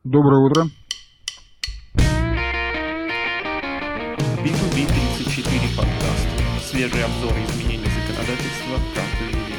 Доброе утро. B2B34 подкаст. Свежие обзоры изменений законодательства Country Review.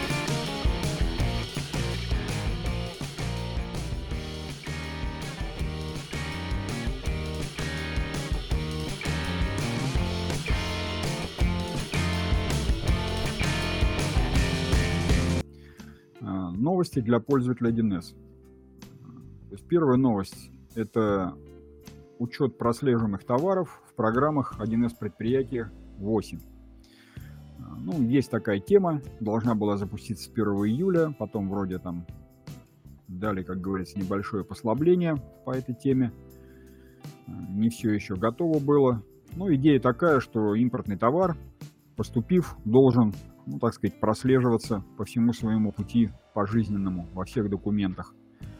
Новости для пользователя 1С. То есть первая новость – это учет прослеживаемых товаров в программах 1С предприятия 8. Есть такая тема, должна была запуститься с 1 июля, потом вроде там дали, как говорится, небольшое послабление по этой теме. Не все еще готово было. Идея такая, что импортный товар, поступив, должен, так сказать, прослеживаться по всему своему пути пожизненному во всех документах.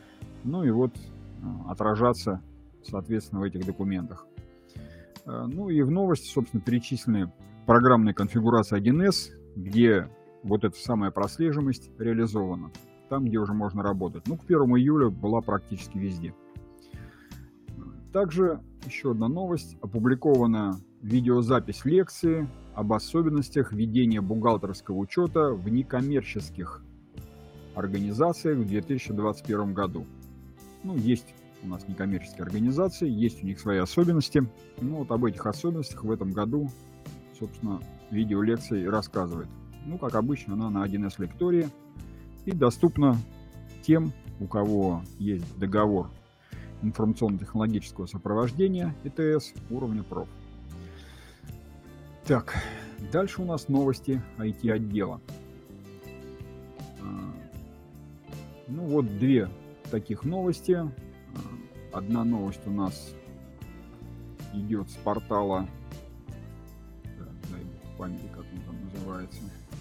Отражаться, соответственно, в этих документах. И в новости, собственно, перечислены программные конфигурации 1С, где вот эта самая прослеживаемость реализована. Там, где уже можно работать. К 1 июля была практически везде. Также еще одна новость. Опубликована видеозапись лекции об особенностях ведения бухгалтерского учета в некоммерческих организациях в 2021 году. Есть у нас некоммерческие организации, есть у них свои особенности. Об этих особенностях в этом году, собственно, видеолекция и рассказывает. Как обычно, она на 1С лектории и доступна тем, у кого есть договор информационно-технологического сопровождения ИТС уровня проф. Так, дальше у нас новости IT-отдела. Две таких новости. Одна новость у нас идет с портала, дай в памяти, как он там называется.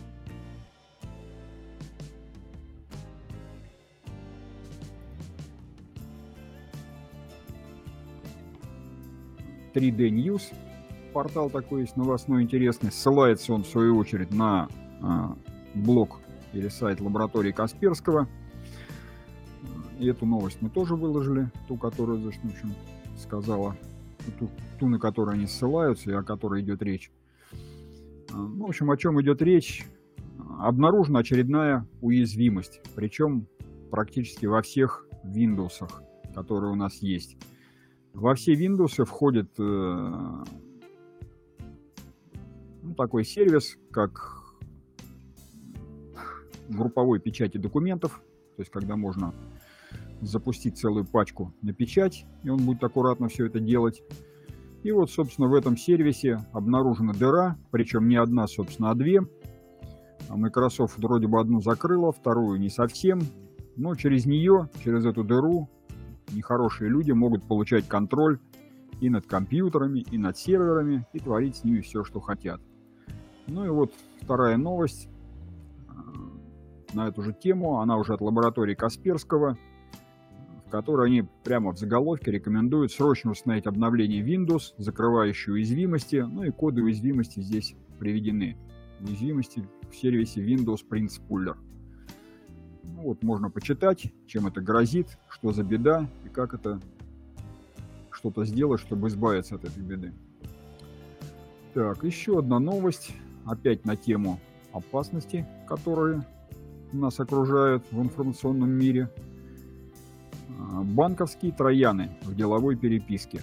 .3D News. Портал такой есть новостной, интересный. Ссылается он, в свою очередь, на блог или сайт лаборатории Касперского. И эту новость мы тоже выложили, ту, которую, в общем, сказала, ту, на которую они ссылаются и о которой идет речь. В общем, о чем идет речь? Обнаружена очередная уязвимость, причем практически во всех Windows, которые у нас есть. Во все Windows входит такой сервис, как групповой печати документов, то есть когда можно запустить целую пачку на печать, и он будет аккуратно все это делать. И собственно, в этом сервисе обнаружена дыра, причем не одна, собственно, а две. Microsoft вроде бы одну закрыла, вторую не совсем, но через эту дыру, нехорошие люди могут получать контроль и над компьютерами, и над серверами, и творить с ними все, что хотят. Вторая новость на эту же тему, она уже от лаборатории Касперского, в которой они прямо в заголовке рекомендуют срочно установить обновление Windows, закрывающие уязвимости, и коды уязвимости здесь приведены. Уязвимости в сервисе Windows Print Spooler. Можно почитать, чем это грозит, что за беда и как это что-то сделать, чтобы избавиться от этой беды. Так, еще одна новость, опять на тему опасности, которые нас окружают в информационном мире. Банковские трояны в деловой переписке.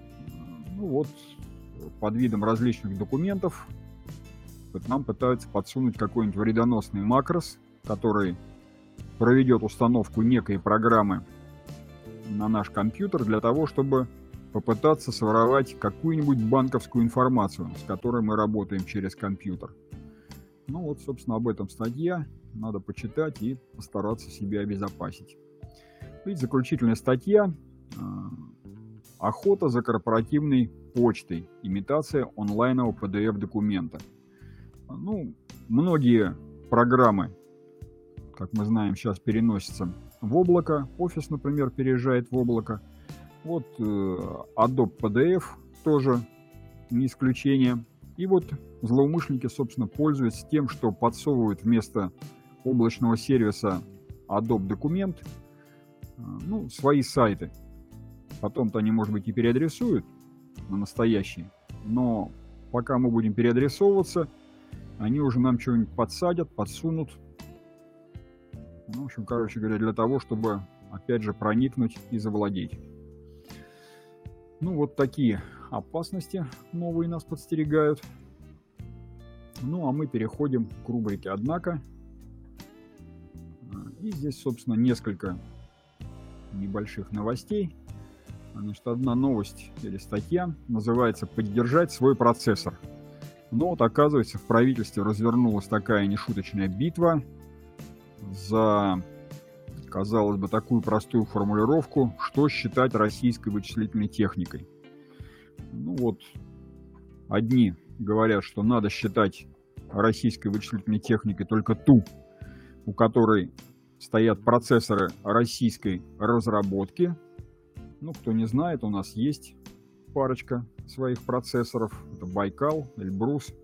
Под видом различных документов нам пытаются подсунуть какой-нибудь вредоносный макрос, который проведет установку некой программы на наш компьютер для того, чтобы попытаться своровать какую-нибудь банковскую информацию, с которой мы работаем через компьютер. Собственно, об этом статья. Надо почитать и постараться себя обезопасить. И заключительная статья. Охота за корпоративной почтой. Имитация онлайнового PDF-документа. Многие программы, как мы знаем, сейчас переносятся в облако. Office, например, переезжает в облако. Adobe PDF тоже не исключение. И злоумышленники, собственно, пользуются тем, что подсовывают вместо облачного сервиса Adobe Документ свои сайты. Потом-то они, может быть, и переадресуют на настоящий. Но пока мы будем переадресовываться, они уже нам что-нибудь подсадят, подсунут. Ну, в общем, короче говоря, для того, чтобы, опять же, проникнуть и завладеть. Ну, вот такие опасности новые нас подстерегают. Ну, а мы переходим к рубрике «Однако». И здесь, собственно, несколько небольших новостей. Значит, одна новость или статья называется «Поддержать свой процессор». Но вот, оказывается, в правительстве развернулась такая нешуточная битва за, казалось бы, такую простую формулировку, что считать российской вычислительной техникой. Ну вот, одни говорят, что надо считать российской вычислительной техникой только ту, у которой стоят процессоры российской разработки. Ну, кто не знает, у нас есть парочка своих процессоров. Это Байкал, Эльбрус.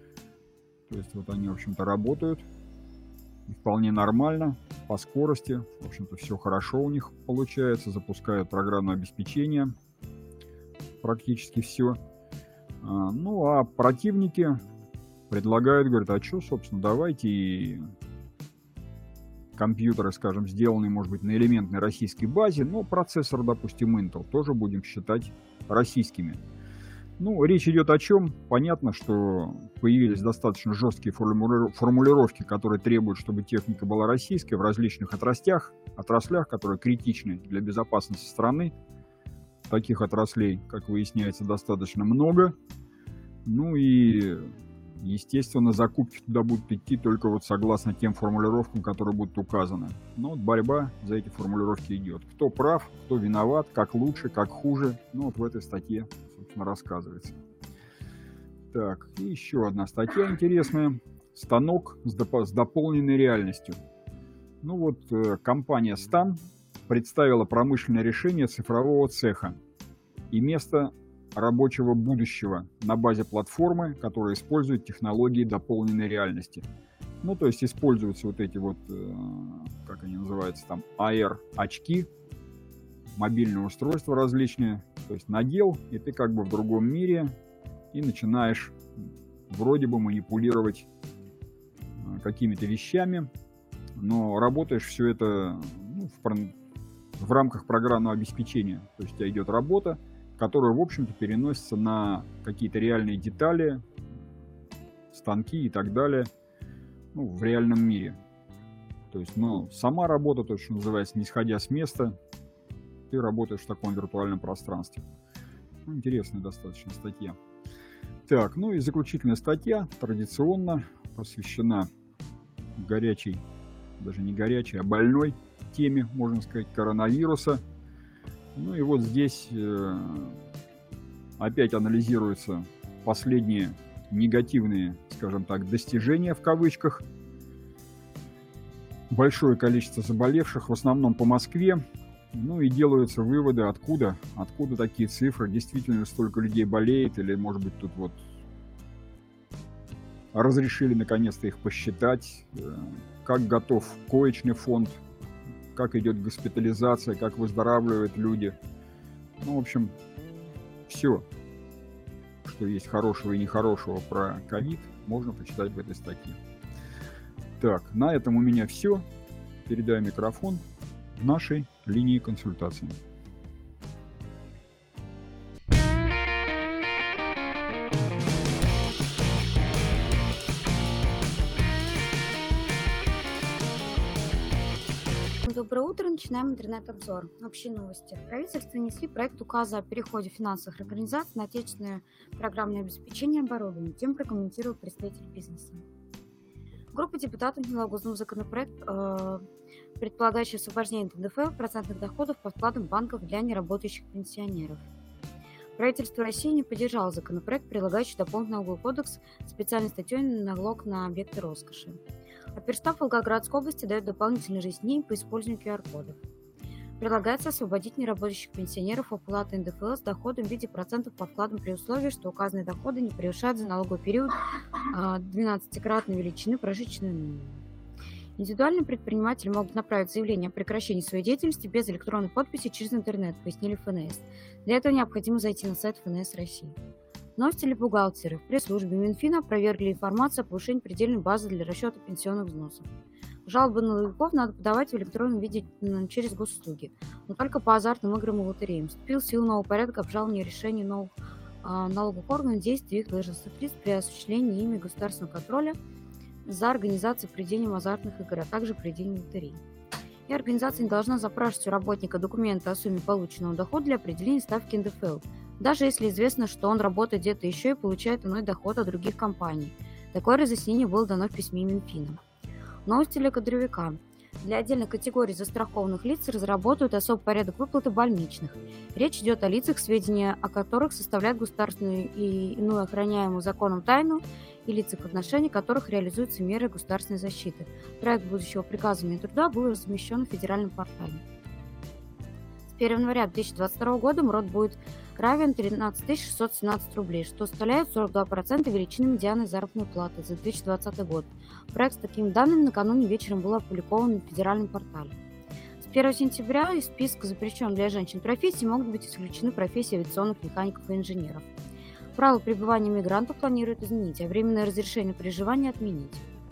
То есть вот они, в общем-то, работают. И вполне нормально, по скорости. В общем-то, все хорошо у них получается. Запускают программное обеспечение. Практически все. Ну, а противники предлагают, говорят, а что, собственно, давайте и компьютеры, скажем, сделанные, может быть, на элементной российской базе, но процессор, допустим, Intel, тоже будем считать российскими. Ну, речь идет о чем? Понятно, что появились достаточно жесткие формулировки, которые требуют, чтобы техника была российской в различных отраслях, которые критичны для безопасности страны. Таких отраслей, как выясняется, достаточно много. Ну и, естественно, закупки туда будут идти только вот согласно тем формулировкам, которые будут указаны. Но вот борьба за эти формулировки идет. Кто прав, кто виноват, как лучше, как хуже. Ну вот в этой статье, собственно, рассказывается. Так, и еще одна статья интересная. Станок с дополненной реальностью. Ну вот компания Stan представила промышленное решение цифрового цеха и место рабочего будущего на базе платформы, которая использует технологии дополненной реальности. Ну, то есть используются вот эти вот, как они называются там, AR-очки, мобильные устройства различные. То есть надел, и ты как бы в другом мире, и начинаешь вроде бы манипулировать какими-то вещами, но работаешь все это в рамках программного обеспечения. То есть у тебя идет работа, которая, в общем-то, переносится на какие-то реальные детали, станки и так далее, ну, в реальном мире. То есть, ну, сама работа, то, что называется, не сходя с места, ты работаешь в таком виртуальном пространстве. Ну, интересная достаточно статья. Так, ну и заключительная статья, традиционно посвящена горячей, даже не горячей, а больной теме, можно сказать, коронавируса. Ну и вот здесь опять анализируются последние негативные, скажем так, достижения в кавычках. Большое количество заболевших, в основном по Москве. Ну и делаются выводы, откуда такие цифры, действительно столько людей болеет, или, может быть, тут вот разрешили наконец-то их посчитать, как готов коечный фонд, как идет госпитализация, как выздоравливают люди. Ну, в общем, все, что есть хорошего и нехорошего про ковид, можно почитать в этой статье. Так, на этом у меня все. Передаю микрофон нашей линии консультаций. Доброе утро. Начинаем интернет-обзор. Общие новости. Правительство внесли проект указа о переходе финансовых организаций на отечественное программное обеспечение и оборудование. Тем прокомментировал представитель бизнеса. Группа депутатов вняла Госдуму законопроект, предполагающий освобождение НДФЛ процентных доходов по вкладам банков для неработающих пенсионеров. Правительство России не поддержало законопроект, предлагающий дополнить налоговый кодекс специальной статьей налог на объекты роскоши. Оперстав Волгоградской области дает дополнительные 6 дней по использованию QR-кодов. Предлагается освободить неработающих пенсионеров от уплаты НДФЛ с доходом в виде процентов по вкладам при условии, что указанные доходы не превышают за налоговый период 12-кратной величины прожиточного минимума. Индивидуальные предприниматели могут направить заявление о прекращении своей деятельности без электронной подписи через интернет, пояснили ФНС. Для этого необходимо зайти на сайт ФНС России. Новости для бухгалтеров. В пресс-службе Минфина опровергли информацию о повышении предельной базы для расчета пенсионных взносов. Жалобы налоговиков надо подавать в электронном виде через госуслуги, но только по азартным играм и лотереям. Вступил в силу новый порядок обжалования решений новых налоговых органов действий их должностных лиц при осуществлении ими государственного контроля за организацией проведением азартных игр, а также проведением лотерей. И организация не должна запрашивать у работника документы о сумме полученного дохода для определения ставки НДФЛ, даже если известно, что он работает где-то еще и получает иной доход от других компаний. Такое разъяснение было дано в письме Минфина. Новости для кадровика. Для отдельных категорий застрахованных лиц разработают особый порядок выплаты больничных. Речь идет о лицах, сведения о которых составляют государственную и иную охраняемую законом тайну, и лицах, в отношении которых реализуются меры государственной защиты. Проект будущего приказа Минтруда был размещен в федеральном портале. С 1 января 2022 года МРОТ будет равен 13 617 рублей, что составляет 42% величины медианной заработной платы за 2020 год. Проект с такими данными накануне вечером был опубликован на федеральном портале. С 1 сентября из списка запрещенных для женщин профессий могут быть исключены профессии авиационных механиков и инженеров. Правила пребывания мигрантов планируют изменить, а временное разрешение проживания отменить.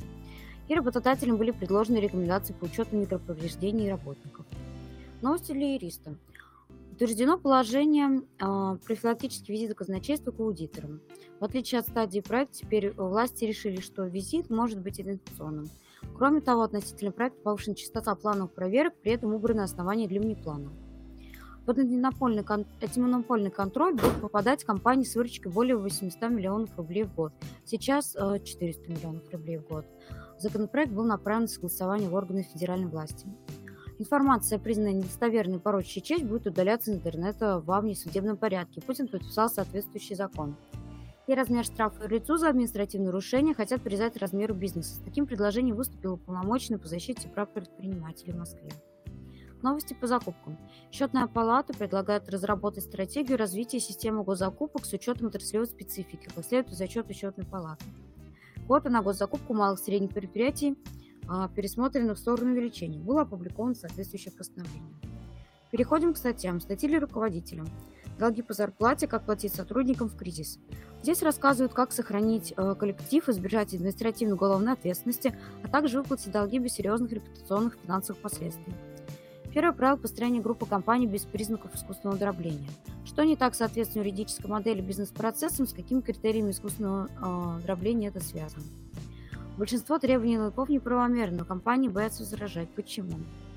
И работодателям были предложены рекомендации по учету микроповреждений работников. Новости для юриста. Утверждено положение профилактический визит казначейства к аудиторам. В отличие от стадии проекта, теперь власти решили, что визит может быть идентификационным. Кроме того, относительно проекта повышена частота плановых проверок, при этом убраны основания для внеплановых. Под антимонопольный контроль будут попадать компании с выручкой более 800 миллионов рублей в год. Сейчас 400 миллионов рублей в год. Законопроект был направлен на согласование в органы федеральной власти. Информация, признанная недостоверной и порочащей честь, будет удаляться из интернета во внесудебном порядке. Путин подписал соответствующий закон. И размер штрафа лицу за административное нарушение хотят прирезать размеру бизнеса. С таким предложением выступил уполномоченный по защите прав предпринимателей в Москве. Новости по закупкам. Счетная палата предлагает разработать стратегию развития системы госзакупок с учетом отраслевой специфики, как следует из отчета счетной палаты. Квота на госзакупку малых и средних предприятий пересмотрена в сторону увеличения. Было опубликовано соответствующее постановление. Переходим к статьям. Статьи для руководителя. Долги по зарплате, как платить сотрудникам в кризис. Здесь рассказывают, как сохранить коллектив, избежать административной уголовной ответственности, а также выплатить долги без серьезных репутационных и финансовых последствий. Первое правило построения группы компаний без признаков искусственного дробления. Что не так с соответственно юридической модели бизнес-процессом, с какими критериями искусственного дробления это связано. Большинство требований налогов неправомерны, но компании боятся возражать. Почему?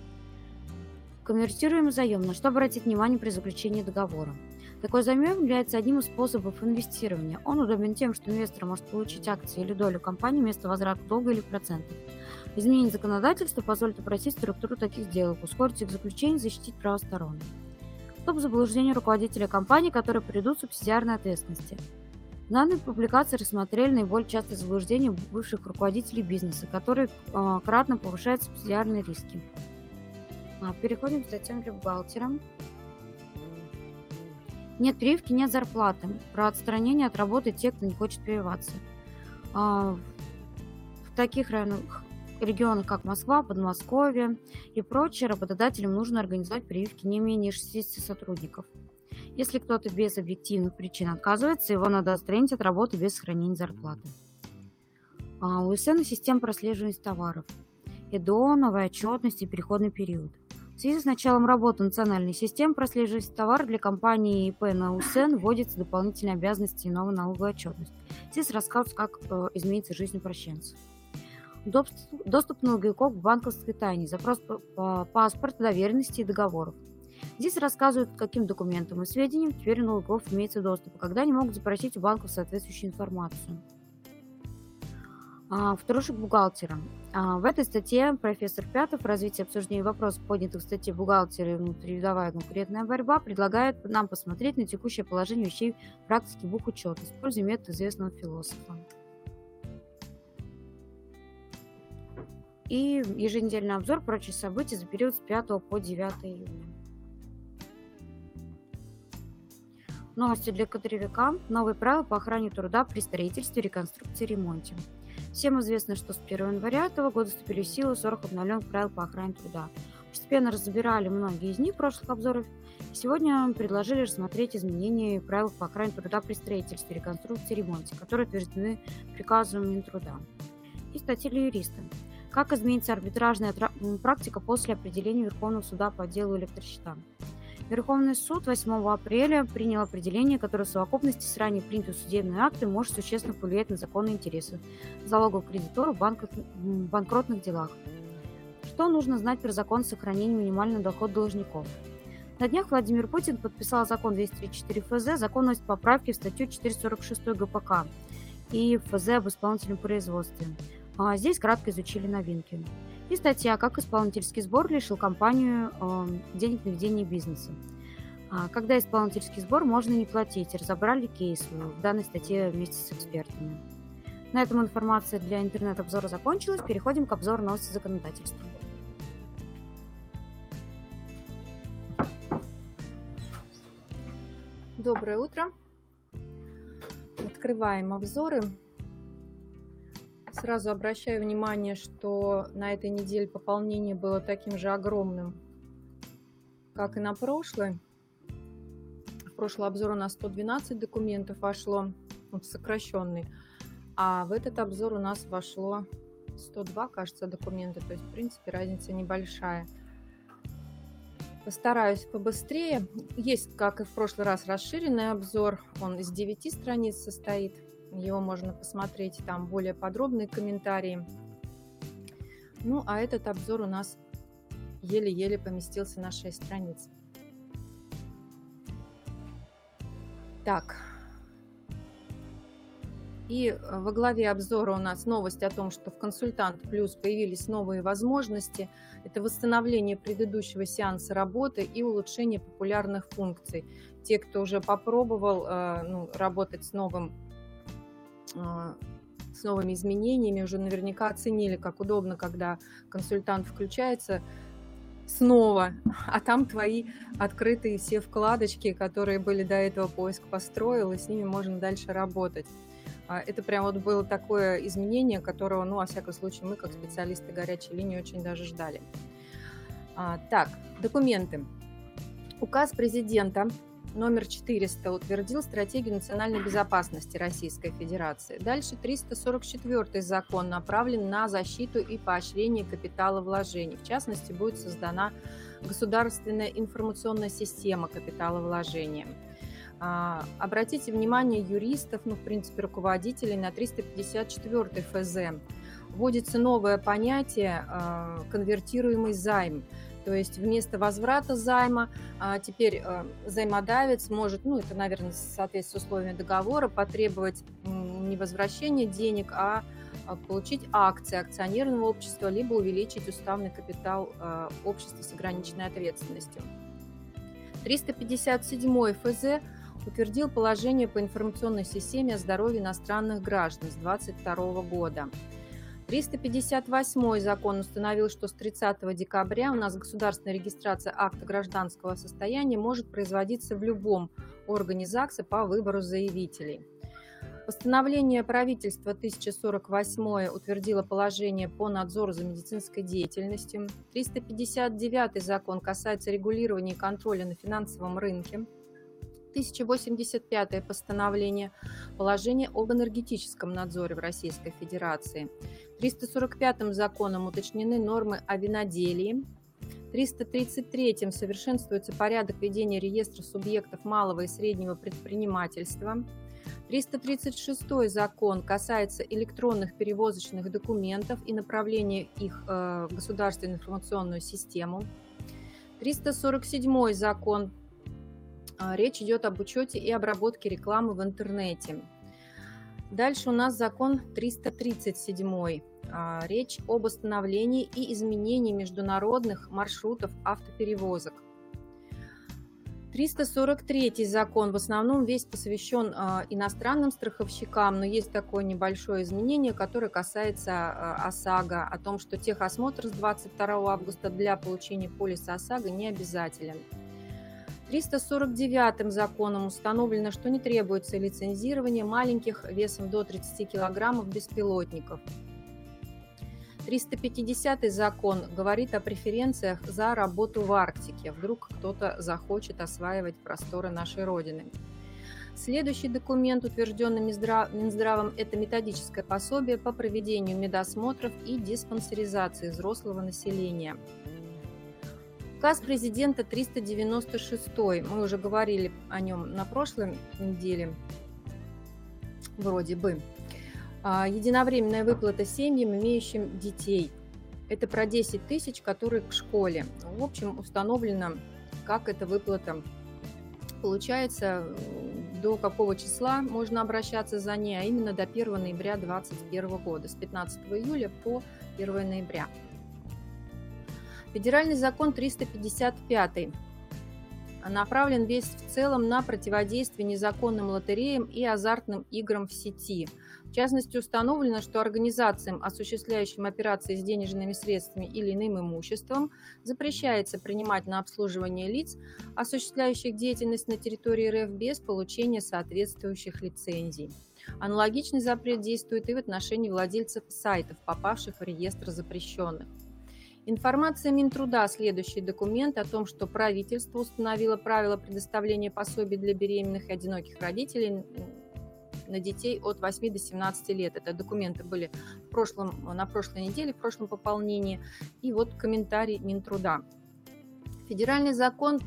Конвертируемый заем. На что обратить внимание при заключении договора? Такой заем является одним из способов инвестирования. Он удобен тем, что инвестор может получить акции или долю компании вместо возврата долга или процентов. Изменение законодательства позволит упростить структуру таких сделок, ускорить их заключение и защитить права сторон. Стоп заблуждению руководителя компании, которые приведут к субсидиарной ответственности. В данной публикации рассмотрели наиболее частые заблуждения бывших руководителей бизнеса, которые кратно повышают субсидиарные риски. Переходим к статьям для бухгалтера. Нет прививки, нет зарплаты. Про отстранение от работы тех, кто не хочет прививаться. В таких регионах, как Москва, Подмосковье и прочие, работодателям нужно организовать прививки не менее 60 сотрудников. Если кто-то без объективных причин отказывается, его надо отстранить от работы без сохранения зарплаты. УСН и система прослеживания товаров. ЭДО, новая отчетность и переходный период. В связи с началом работы национальной системы прослеживания товаров для компании ИП на УСН вводятся дополнительные обязанности и новая налоговая отчетность. Здесь рассказывают, как изменится жизнь управленцев. Доступ налоговиков к банковской тайне, запрос по паспорту, доверенности и договоров. Здесь рассказывают, к каким документам и сведениям теперь у налоговиков имеется доступ, и когда они могут запросить у банков соответствующую информацию. Вторушек бухгалтера. В этой статье профессор Пятов «Развитие обсуждения вопросов, поднятых в статье «Бухгалтерия и внутривидовая конкурентная борьба» предлагает нам посмотреть на текущее положение вещей в практике бухучета, используя метод известного философа. И еженедельный обзор прочих событий за период с 5 по 9 июня. Новости для кадровика. Новые правила по охране труда при строительстве, реконструкции и ремонте. Всем известно, что с 1 января этого года вступили в силу 40 обновленных правил по охране труда. Постепенно разбирали многие из них в прошлых обзорах. Сегодня предложили рассмотреть изменения правил по охране труда при строительстве, реконструкции и ремонте, которые утверждены приказом Минтруда. И статья для юриста. Как изменится арбитражная практика после определения Верховного суда по делу электросчета? Верховный суд 8 апреля принял определение, которое в совокупности с ранее принятыми судебными актами может существенно повлиять на законные интересы залогового кредитора в банкротных делах. Что нужно знать про закон сохранения минимального дохода должников? На днях Владимир Путин подписал закон 234 ФЗ. Закон вносит поправки в статью 446 ГПК и ФЗ об исполнительном производстве. Здесь кратко изучили новинки. И статья «Как исполнительский сбор лишил компанию денег на ведение бизнеса». Когда исполнительский сбор можно не платить. Разобрали кейс в данной статье вместе с экспертами. На этом информация для интернет-обзора закончилась. Переходим к обзору новостей законодательства. Доброе утро. Открываем обзоры. Сразу обращаю внимание, что на этой неделе пополнение было таким же огромным, как и на прошлой. В прошлый обзор у нас 112 документов вошло, сокращенный, а в этот обзор у нас вошло 102, кажется, документа, то есть, в принципе, разница небольшая. Постараюсь побыстрее. Есть, как и в прошлый раз, расширенный обзор, он из 9 страниц состоит. Его можно посмотреть, там более подробные комментарии. Ну, а этот обзор у нас еле-еле поместился на 6 страниц. Так. И во главе обзора у нас новость о том, что в «Консультант Плюс» появились новые возможности. Это восстановление предыдущего сеанса работы и улучшение популярных функций. Те, кто уже попробовал работать с новыми изменениями, уже наверняка оценили, как удобно, когда консультант включается снова, а там твои открытые все вкладочки, которые были до этого, поиск построил, и с ними можно дальше работать. Это прям вот было такое изменение, которого, во всяком случае, мы, как специалисты горячей линии, очень даже ждали. Так, документы. Указ президента номер 400 утвердил стратегию национальной безопасности Российской Федерации. Дальше 344 закон направлен на защиту и поощрение капиталовложений. В частности, будет создана государственная информационная система капиталовложения. Обратите внимание юристов, в принципе, руководителей на 354 ФЗ. Вводится новое понятие «конвертируемый займ». То есть вместо возврата займа теперь займодавец может, это, наверное, в соответствии с условиями договора, потребовать не возвращения денег, а получить акции акционерного общества, либо увеличить уставный капитал общества с ограниченной ответственностью. 357 ФЗ утвердил положение по информационной системе о здоровье иностранных граждан с 2022 года. 358 закон установил, что с 30 декабря у нас государственная регистрация акта гражданского состояния может производиться в любом органе ЗАГСа по выбору заявителей. Постановление правительства 1048 утвердило положение по надзору за медицинской деятельностью. 359 закон касается регулирования и контроля на финансовом рынке. 1085 постановление положение об энергетическом надзоре в Российской Федерации. 345 законом уточнены нормы о виноделии. 333 совершенствуется порядок ведения реестра субъектов малого и среднего предпринимательства. 336 закон касается электронных перевозочных документов и направления их в государственную информационную систему. 347 закон. Речь идет об учете и обработке рекламы в интернете. Дальше у нас закон 337. Речь об установлении и изменении международных маршрутов автоперевозок. 343 закон в основном весь посвящен иностранным страховщикам, но есть такое небольшое изменение, которое касается ОСАГО, о том, что техосмотр с 22 августа для получения полиса ОСАГО не обязателен. 349 законом установлено, что не требуется лицензирование маленьких весом до 30 килограммов беспилотников. 350 закон говорит о преференциях за работу в Арктике. Вдруг кто-то захочет осваивать просторы нашей Родины. Следующий документ, утвержденный Минздравом, это методическое пособие по проведению медосмотров и диспансеризации взрослого населения. Указ президента 396, мы уже говорили о нем на прошлой неделе, вроде бы. Единовременная выплата семьям, имеющим детей. Это про 10 тысяч, которые к школе. В общем, установлено, как эта выплата получается, до какого числа можно обращаться за ней, а именно до 1 ноября 2021 года, с 15 июля по 1 ноября. Федеральный закон 355 направлен весь в целом на противодействие незаконным лотереям и азартным играм в сети. В частности, установлено, что организациям, осуществляющим операции с денежными средствами или иным имуществом, запрещается принимать на обслуживание лиц, осуществляющих деятельность на территории РФ без получения соответствующих лицензий. Аналогичный запрет действует и в отношении владельцев сайтов, попавших в реестр запрещенных. Информация Минтруда, следующий документ о том, что правительство установило правила предоставления пособий для беременных и одиноких родителей на детей от 8 до 17 лет. Это документы были на прошлой неделе, в прошлом пополнении. И вот комментарий Минтруда. Федеральный закон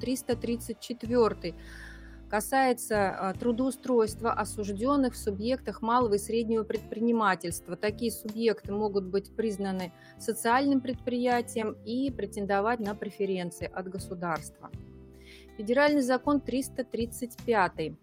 334 касается трудоустройства осужденных в субъектах малого и среднего предпринимательства. Такие субъекты могут быть признаны социальным предприятием и претендовать на преференции от государства. Федеральный закон 335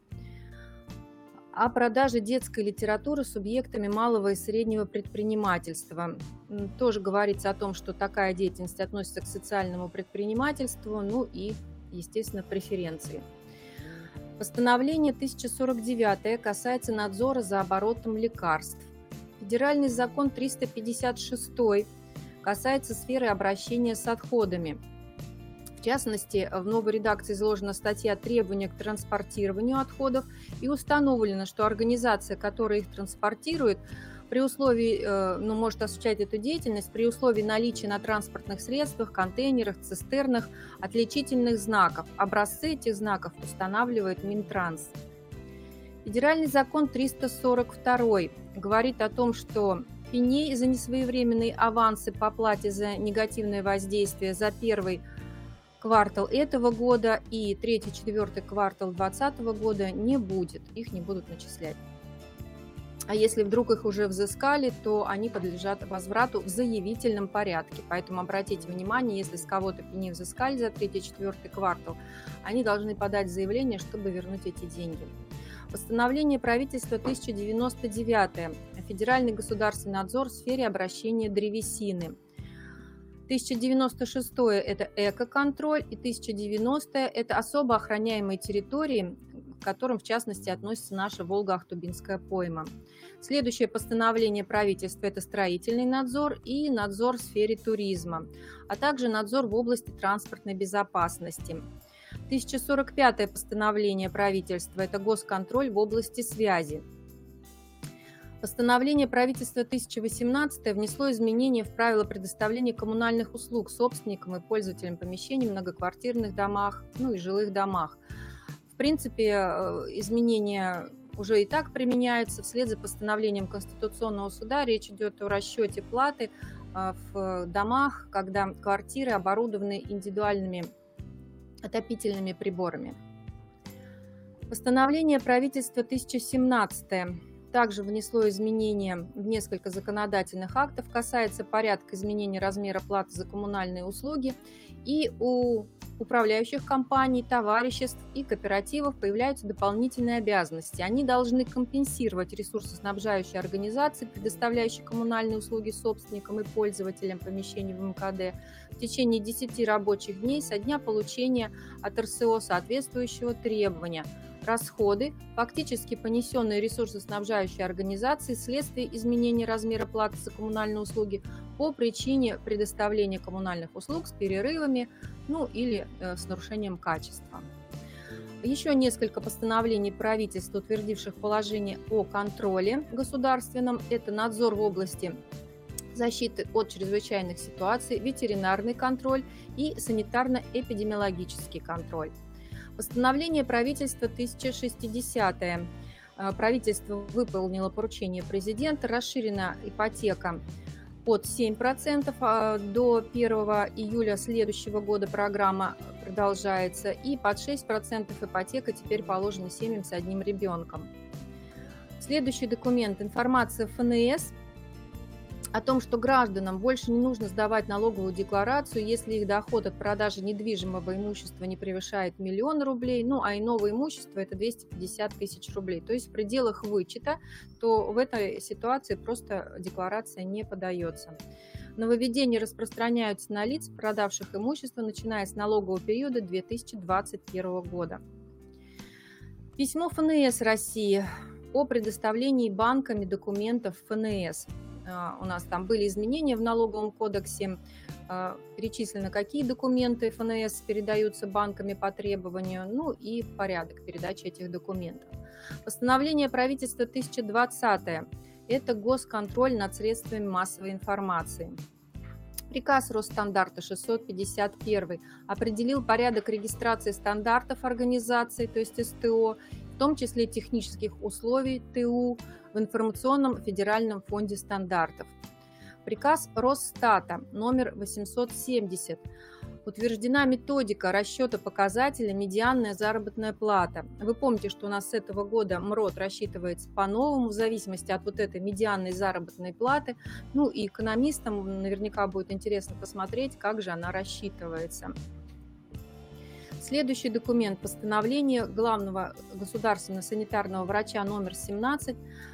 о продаже детской литературы субъектами малого и среднего предпринимательства. Тоже говорится о том, что такая деятельность относится к социальному предпринимательству, ну и, естественно, преференции. Постановление 1049 касается надзора за оборотом лекарств. Федеральный закон 356 касается сферы обращения с отходами. В частности, в новой редакции изложена статья «Требования к транспортированию отходов» и установлено, что организация, которая их транспортирует, при условии, может осуществлять эту деятельность при условии наличия на транспортных средствах, контейнерах, цистернах отличительных знаков. Образцы этих знаков устанавливает Минтранс. Федеральный закон 342 говорит о том, что пеней за несвоевременные авансы по плате за негативное воздействие за первый квартал этого года и третий-четвертый квартал 2020 года не будет, их не будут начислять. А если вдруг их уже взыскали, то они подлежат возврату в заявительном порядке. Поэтому обратите внимание, если с кого-то пени взыскали за 3-4 квартал, они должны подать заявление, чтобы вернуть эти деньги. Постановление правительства 1099. Федеральный государственный надзор в сфере обращения древесины. 1096 – это экоконтроль, и 1090 – это особо охраняемые территории, к которым, в частности, относится наша Волго-Ахтубинская пойма. Следующее постановление правительства – это строительный надзор и надзор в сфере туризма, а также надзор в области транспортной безопасности. 1045-е постановление правительства – это госконтроль в области связи. Постановление правительства 1018 внесло изменения в правила предоставления коммунальных услуг собственникам и пользователям помещений в многоквартирных домах, и жилых домах. В принципе, изменения уже и так применяются. Вслед за постановлением Конституционного суда речь идет о расчете платы в домах, когда квартиры оборудованы индивидуальными отопительными приборами. Постановление правительства 1017 также внесло изменения в несколько законодательных актов, касается порядка изменения размера платы за коммунальные услуги, и у управляющих компаний, товариществ и кооперативов появляются дополнительные обязанности. Они должны компенсировать ресурсоснабжающие организации, предоставляющие коммунальные услуги собственникам и пользователям помещений в МКД в течение 10 рабочих дней со дня получения от РСО соответствующего требования. Расходы, фактически понесенные ресурсоснабжающей организацией вследствие изменения размера платы за коммунальные услуги по причине предоставления коммунальных услуг с перерывами, или с нарушением качества. Еще несколько постановлений правительства, утвердивших положение о контроле государственном. Это надзор в области защиты от чрезвычайных ситуаций, ветеринарный контроль и санитарно-эпидемиологический контроль. Постановление правительства 1060. Правительство выполнило поручение президента, расширена ипотека под 7%, до 1 июля следующего года программа продолжается, и под 6% ипотека теперь положена семьям с одним ребенком. Следующий документ – информация ФНС о том, что гражданам больше не нужно сдавать налоговую декларацию, если их доход от продажи недвижимого имущества не превышает 1 миллион рублей, ну а иного имущества это 250 тысяч рублей. То есть в пределах вычета, то в этой ситуации просто декларация не подается. Нововведения распространяются на лиц, продавших имущество, начиная с налогового периода 2021 года. Письмо ФНС России о предоставлении банками документов ФНС. У нас там были изменения в налоговом кодексе, перечислено, какие документы ФНС передаются банками по требованию, ну и порядок передачи этих документов. Постановление правительства 1020. Это госконтроль над средствами массовой информации. Приказ Росстандарту 651 определил порядок регистрации стандартов организаций, то есть СТО, в том числе технических условий ТУ, в информационном федеральном фонде стандартов. Приказ Росстата номер 870. Утверждена методика расчета показателя медианная заработная плата. Вы помните, что у нас с этого года МРОТ рассчитывается по-новому в зависимости от вот этой медианной заработной платы. Ну и экономистам наверняка будет интересно посмотреть, как же она рассчитывается. Следующий документ – постановление главного государственного санитарного врача номер 17.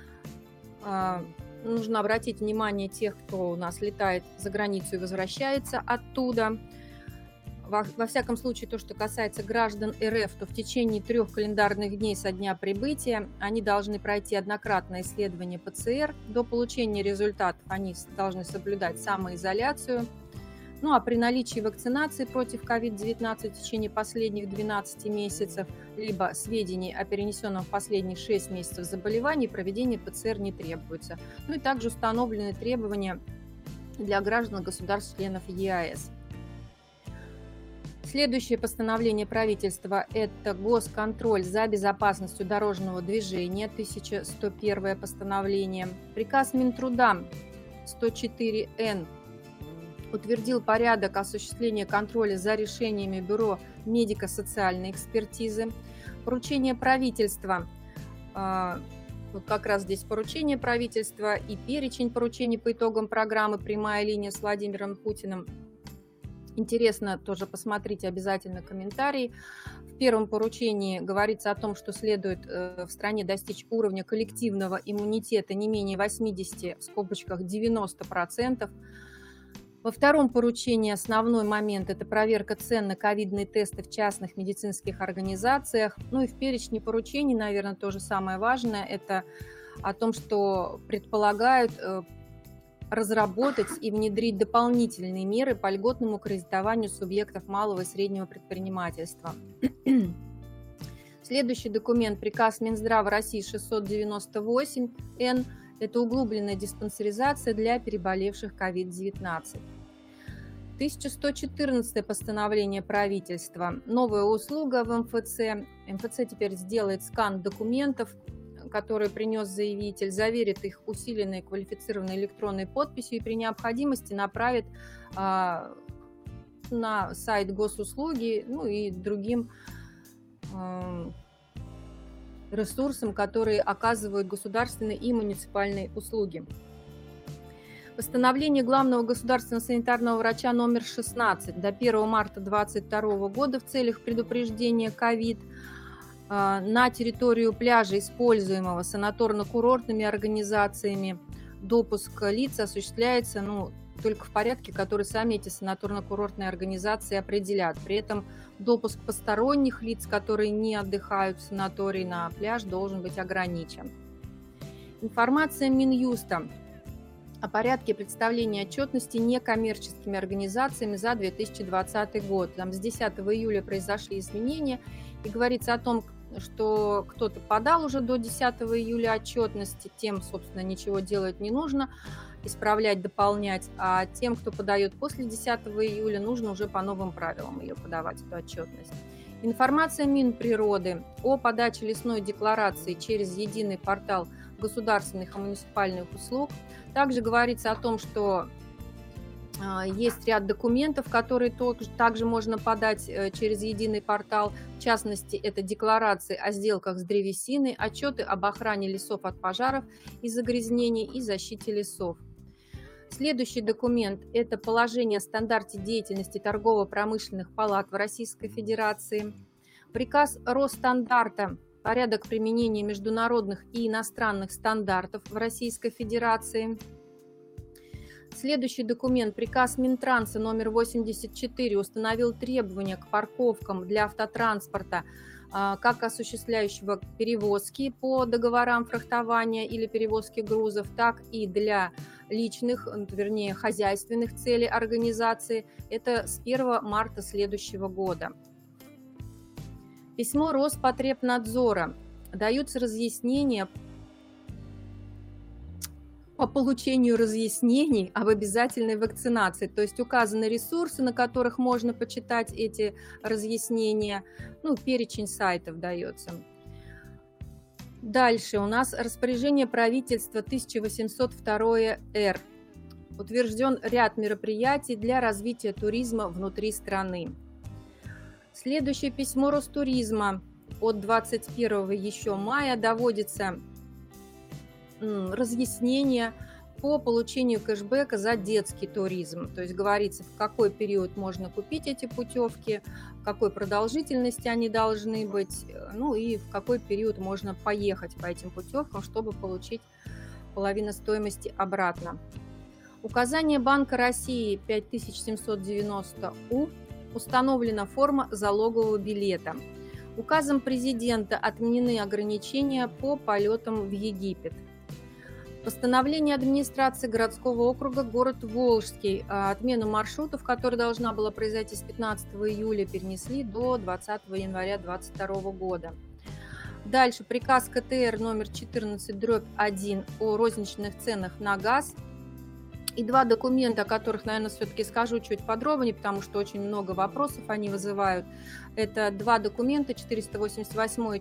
Нужно обратить внимание тех, кто у нас летает за границу и возвращается оттуда. Во всяком случае, то, что касается граждан РФ, то в течение 3 календарных дней со дня прибытия они должны пройти однократное исследование ПЦР. До получения результатов они должны соблюдать самоизоляцию. Ну а при наличии вакцинации против COVID-19 в течение последних 12 месяцев, либо сведений о перенесенном в последние 6 месяцев заболевании, проведение ПЦР не требуется. Ну и также установлены требования для граждан государств-членов ЕАЭС. Следующее постановление правительства – это госконтроль за безопасностью дорожного движения, 1101 постановление. Приказ Минтруда 104Н утвердил порядок осуществления контроля за решениями Бюро медико-социальной экспертизы. Поручение правительства, вот как раз здесь поручение правительства и перечень поручений по итогам программы «Прямая линия» с Владимиром Путиным. Интересно тоже посмотрите обязательно комментарии. В первом поручении говорится о том, что следует в стране достичь уровня коллективного иммунитета не менее 80, в скобочках 90%. Во втором поручении основной момент – это проверка цен на ковидные тесты в частных медицинских организациях. Ну и в перечне поручений, наверное, тоже самое важное – это о том, что предполагают разработать и внедрить дополнительные меры по льготному кредитованию субъектов малого и среднего предпринимательства. Следующий документ – приказ Минздрава России 698-Н. Это углубленная диспансеризация для переболевших COVID-19. 1114 постановление правительства. Новая услуга в МФЦ. МФЦ теперь сделает скан документов, которые принес заявитель, заверит их усиленной квалифицированной электронной подписью и при необходимости направит на сайт госуслуги, ну и другим ресурсам, которые оказывают государственные и муниципальные услуги. Постановление главного государственного санитарного врача номер 16 до 1 марта 2022 года в целях предупреждения ковид на территорию пляжа, используемого санаторно-курортными организациями, допуск лиц осуществляется только в порядке, который сами эти санаторно-курортные организации определят. При этом допуск посторонних лиц, которые не отдыхают в санатории, на пляж должен быть ограничен. Информация Минюста о порядке представления отчетности некоммерческими организациями за 2020 год. Там с 10 июля произошли изменения, и говорится о том, что кто-то подал уже до 10 июля отчетности, тем, собственно, ничего делать не нужно, исправлять, дополнять, а тем, кто подает после 10 июля, нужно уже по новым правилам ее подавать, эту отчетность. Информация Минприроды о подаче лесной декларации через единый портал государственных и муниципальных услуг. Также говорится о том, что есть ряд документов, которые также можно подать через единый портал. В частности, это декларации о сделках с древесиной, отчеты об охране лесов от пожаров и загрязнений и защите лесов. Следующий документ – это положение о стандарте деятельности торгово-промышленных палат в Российской Федерации. Приказ Росстандарта «Порядок применения международных и иностранных стандартов в Российской Федерации». Следующий документ – приказ Минтранса номер 84 установил требования к парковкам для автотранспорта, как осуществляющего перевозки по договорам фрахтования или перевозки грузов, так и для личных, вернее, хозяйственных целей организации. Это с 1 марта следующего года. Письмо Роспотребнадзора. Даются разъяснения по получению разъяснений об обязательной вакцинации. То есть указаны ресурсы, на которых можно почитать эти разъяснения. Ну, перечень сайтов дается. Дальше у нас распоряжение правительства 1802-Р. Утвержден ряд мероприятий для развития туризма внутри страны. Следующее письмо Ростуризма от 21 еще мая доводится разъяснение по получению кэшбэка за детский туризм. То есть говорится, в какой период можно купить эти путевки, в какой продолжительности они должны быть, ну и в какой период можно поехать по этим путевкам, чтобы получить половину стоимости обратно. Указание Банка России 5790У установлена форма залогового билета. Указом президента отменены ограничения по полетам в Египет. Постановление администрации городского округа город Волжский. Отмену маршрутов, которая должна была произойти с 15 июля, перенесли до 20 января 2022 года. Дальше приказ КТР номер 14/1 о розничных ценах на газ. И два документа, о которых, наверное, все-таки скажу чуть подробнее, потому что очень много вопросов они вызывают. Это два документа, 488 и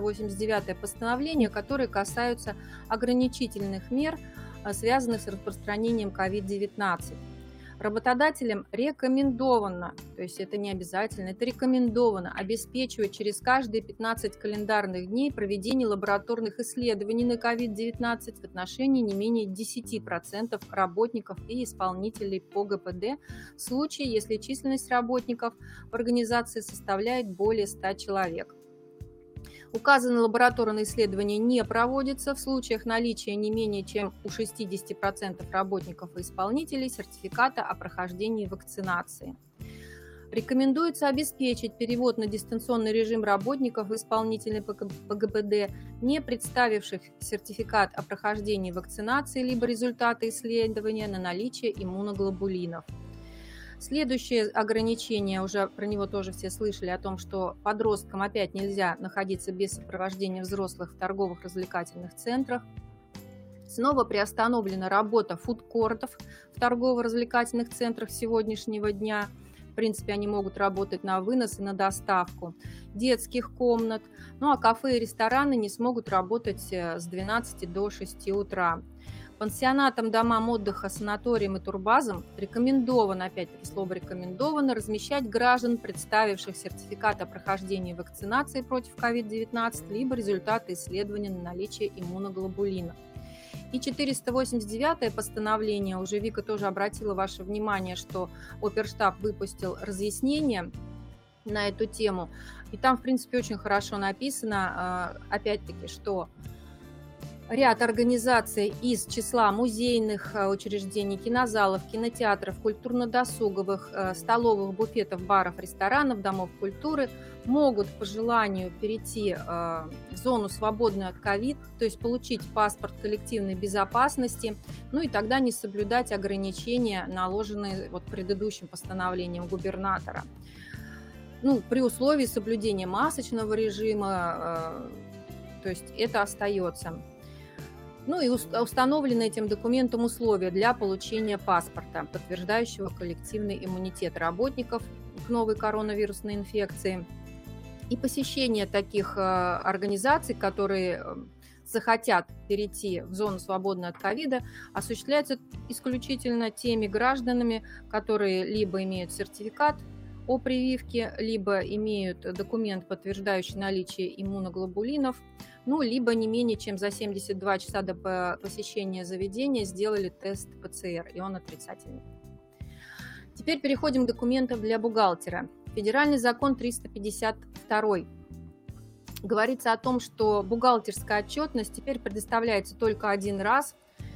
489 постановление, которые касаются ограничительных мер, связанных с распространением COVID-19. Работодателям рекомендовано, то есть это не обязательно, это рекомендовано обеспечивать через каждые 15 календарных дней проведение лабораторных исследований на COVID-19 в отношении не менее 10% работников и исполнителей по ГПД в случае, если численность работников в организации составляет более 100 человек. Указанные лабораторные исследования не проводятся в случаях наличия не менее чем у 60% работников и исполнителей сертификата о прохождении вакцинации. Рекомендуется обеспечить перевод на дистанционный режим работников и исполнителей по ГПД, не представивших сертификат о прохождении вакцинации либо результаты исследования на наличие иммуноглобулинов. Следующее ограничение, уже про него тоже все слышали, о том, что подросткам опять нельзя находиться без сопровождения взрослых в торговых развлекательных центрах. Снова приостановлена работа фудкортов в торгово-развлекательных центрах сегодняшнего дня. В принципе, они могут работать на вынос и на доставку. Детских комнат. Ну а кафе и рестораны не смогут работать с 12 до 6 утра. Пансионатам, домам отдыха, санаториям и турбазам рекомендовано, опять-таки слово рекомендовано, размещать граждан, представивших сертификат о прохождении вакцинации против COVID-19, либо результаты исследования на наличие иммуноглобулина. И 489-е постановление, уже Вика тоже обратила ваше внимание, что Оперштаб выпустил разъяснение на эту тему. И там, в принципе, очень хорошо написано, опять-таки, что ряд организаций из числа музейных учреждений, кинозалов, кинотеатров, культурно-досуговых, столовых, буфетов, баров, ресторанов, домов культуры могут по желанию перейти в зону, свободную от ковид, то есть получить паспорт коллективной безопасности, ну и тогда не соблюдать ограничения, наложенные вот предыдущим постановлением губернатора. Ну, при условии соблюдения масочного режима, то есть это остается. Ну и установлены этим документом условия для получения паспорта, подтверждающего коллективный иммунитет работников к новой коронавирусной инфекции. И посещение таких организаций, которые захотят перейти в зону, свободную от ковида, осуществляется исключительно теми гражданами, которые либо имеют сертификат о прививке, либо имеют документ, подтверждающий наличие иммуноглобулинов, ну, либо не менее чем за 72 часа до посещения заведения сделали тест ПЦР, и он отрицательный. Теперь переходим к документам для бухгалтера. Федеральный закон 352 говорится о том, что бухгалтерская отчетность теперь предоставляется только один раз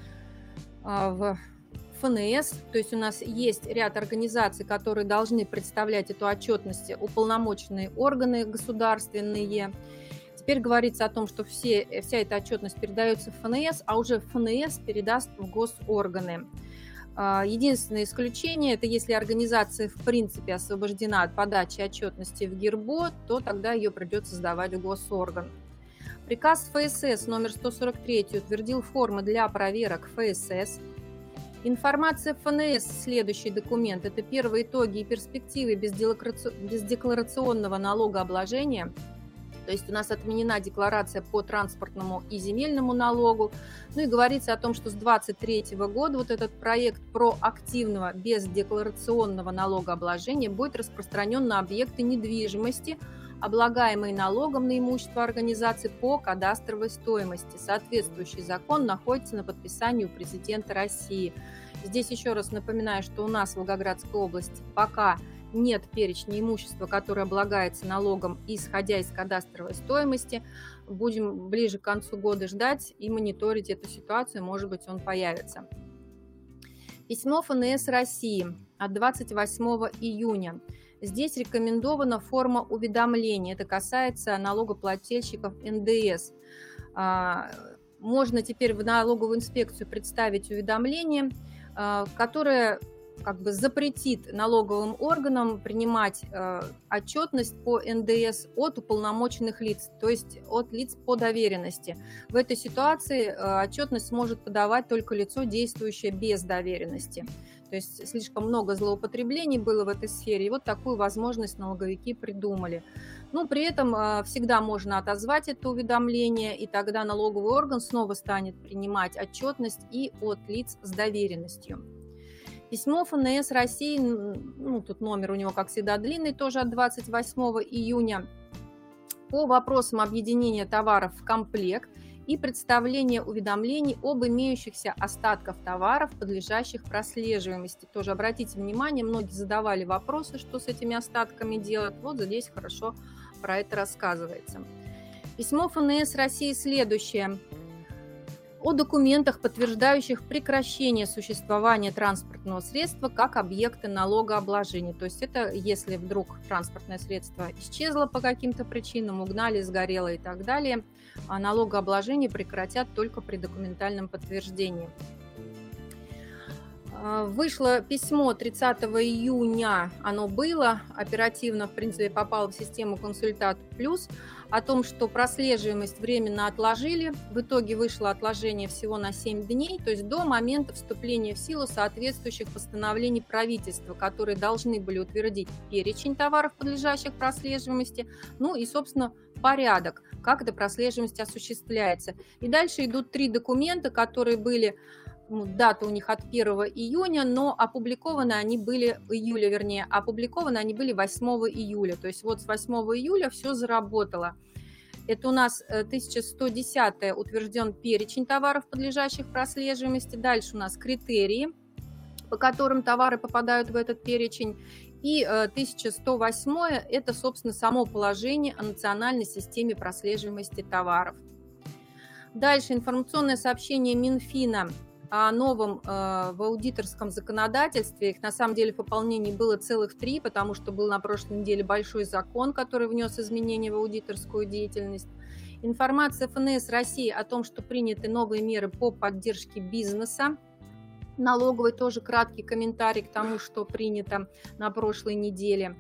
в ФНС, то есть у нас есть ряд организаций, которые должны представлять эту отчетность, уполномоченные органы государственные. Теперь говорится о том, что вся эта отчетность передается в ФНС, а уже ФНС передаст в госорганы. Единственное исключение – это если организация в принципе освобождена от подачи отчетности в ГИРБО, то тогда ее придется сдавать в госорган. Приказ ФСС номер 143 утвердил формы для проверок ФСС. Информация ФНС, следующий документ, это первые итоги и перспективы бездекларационного налогообложения. То есть у нас отменена декларация по транспортному и земельному налогу. Ну и говорится о том, что с 2023 года вот этот проект проактивного бездекларационного налогообложения будет распространен на объекты недвижимости, облагаемые налогом на имущество организации по кадастровой стоимости. Соответствующий закон находится на подписании у президента России. Здесь еще раз напоминаю, что у нас в Волгоградской области пока нет перечня имущества, которое облагается налогом, исходя из кадастровой стоимости. Будем ближе к концу года ждать и мониторить эту ситуацию, может быть, он появится. Письмо ФНС России от 28 июня. Здесь рекомендована форма уведомления. Это касается налогоплательщиков НДС. Можно теперь в налоговую инспекцию представить уведомление, которое запретит налоговым органам принимать отчетность по НДС от уполномоченных лиц, то есть от лиц по доверенности. В этой ситуации отчетность может подавать только лицо, действующее без доверенности. То есть слишком много злоупотреблений было в этой сфере, и вот такую возможность налоговики придумали. Но при этом всегда можно отозвать это уведомление, и тогда налоговый орган снова станет принимать отчетность и от лиц с доверенностью. Письмо ФНС России, тут номер у него, как всегда, длинный, тоже от 28 июня, по вопросам объединения товаров в комплект и представления уведомлений об имеющихся остатках товаров, подлежащих прослеживаемости. Тоже обратите внимание, многие задавали вопросы, что с этими остатками делать. Вот здесь хорошо про это рассказывается. Письмо ФНС России следующее. О документах, подтверждающих прекращение существования транспортного средства как объекта налогообложения. То есть это если вдруг транспортное средство исчезло по каким-то причинам, угнали, сгорело и так далее, а налогообложение прекратят только при документальном подтверждении. Вышло письмо 30 июня, оно было, оперативно, в принципе, попало в систему «Консультат Плюс», о том, что прослеживаемость временно отложили. В итоге вышло отложение всего на 7 дней, то есть до момента вступления в силу соответствующих постановлений правительства, которые должны были утвердить перечень товаров, подлежащих прослеживаемости, ну и, собственно, порядок, как эта прослеживаемость осуществляется. И дальше идут 3 документа, которые были... Дата у них от 1 июня, но опубликованы они были, опубликованы они были 8 июля. То есть вот с 8 июля все заработало. Это у нас 1110 утвержден перечень товаров, подлежащих прослеживаемости. Дальше у нас критерии, по которым товары попадают в этот перечень. И 1108 это, собственно, само положение о национальной системе прослеживаемости товаров. Дальше информационное сообщение Минфина о новом в аудиторском законодательстве. Их на самом деле в выполнении было целых 3, потому что был на прошлой неделе большой закон, который внес изменения в аудиторскую деятельность. Информация ФНС России о том, что приняты новые меры по поддержке бизнеса. Налоговый тоже краткий комментарий к тому, что принято на прошлой неделе.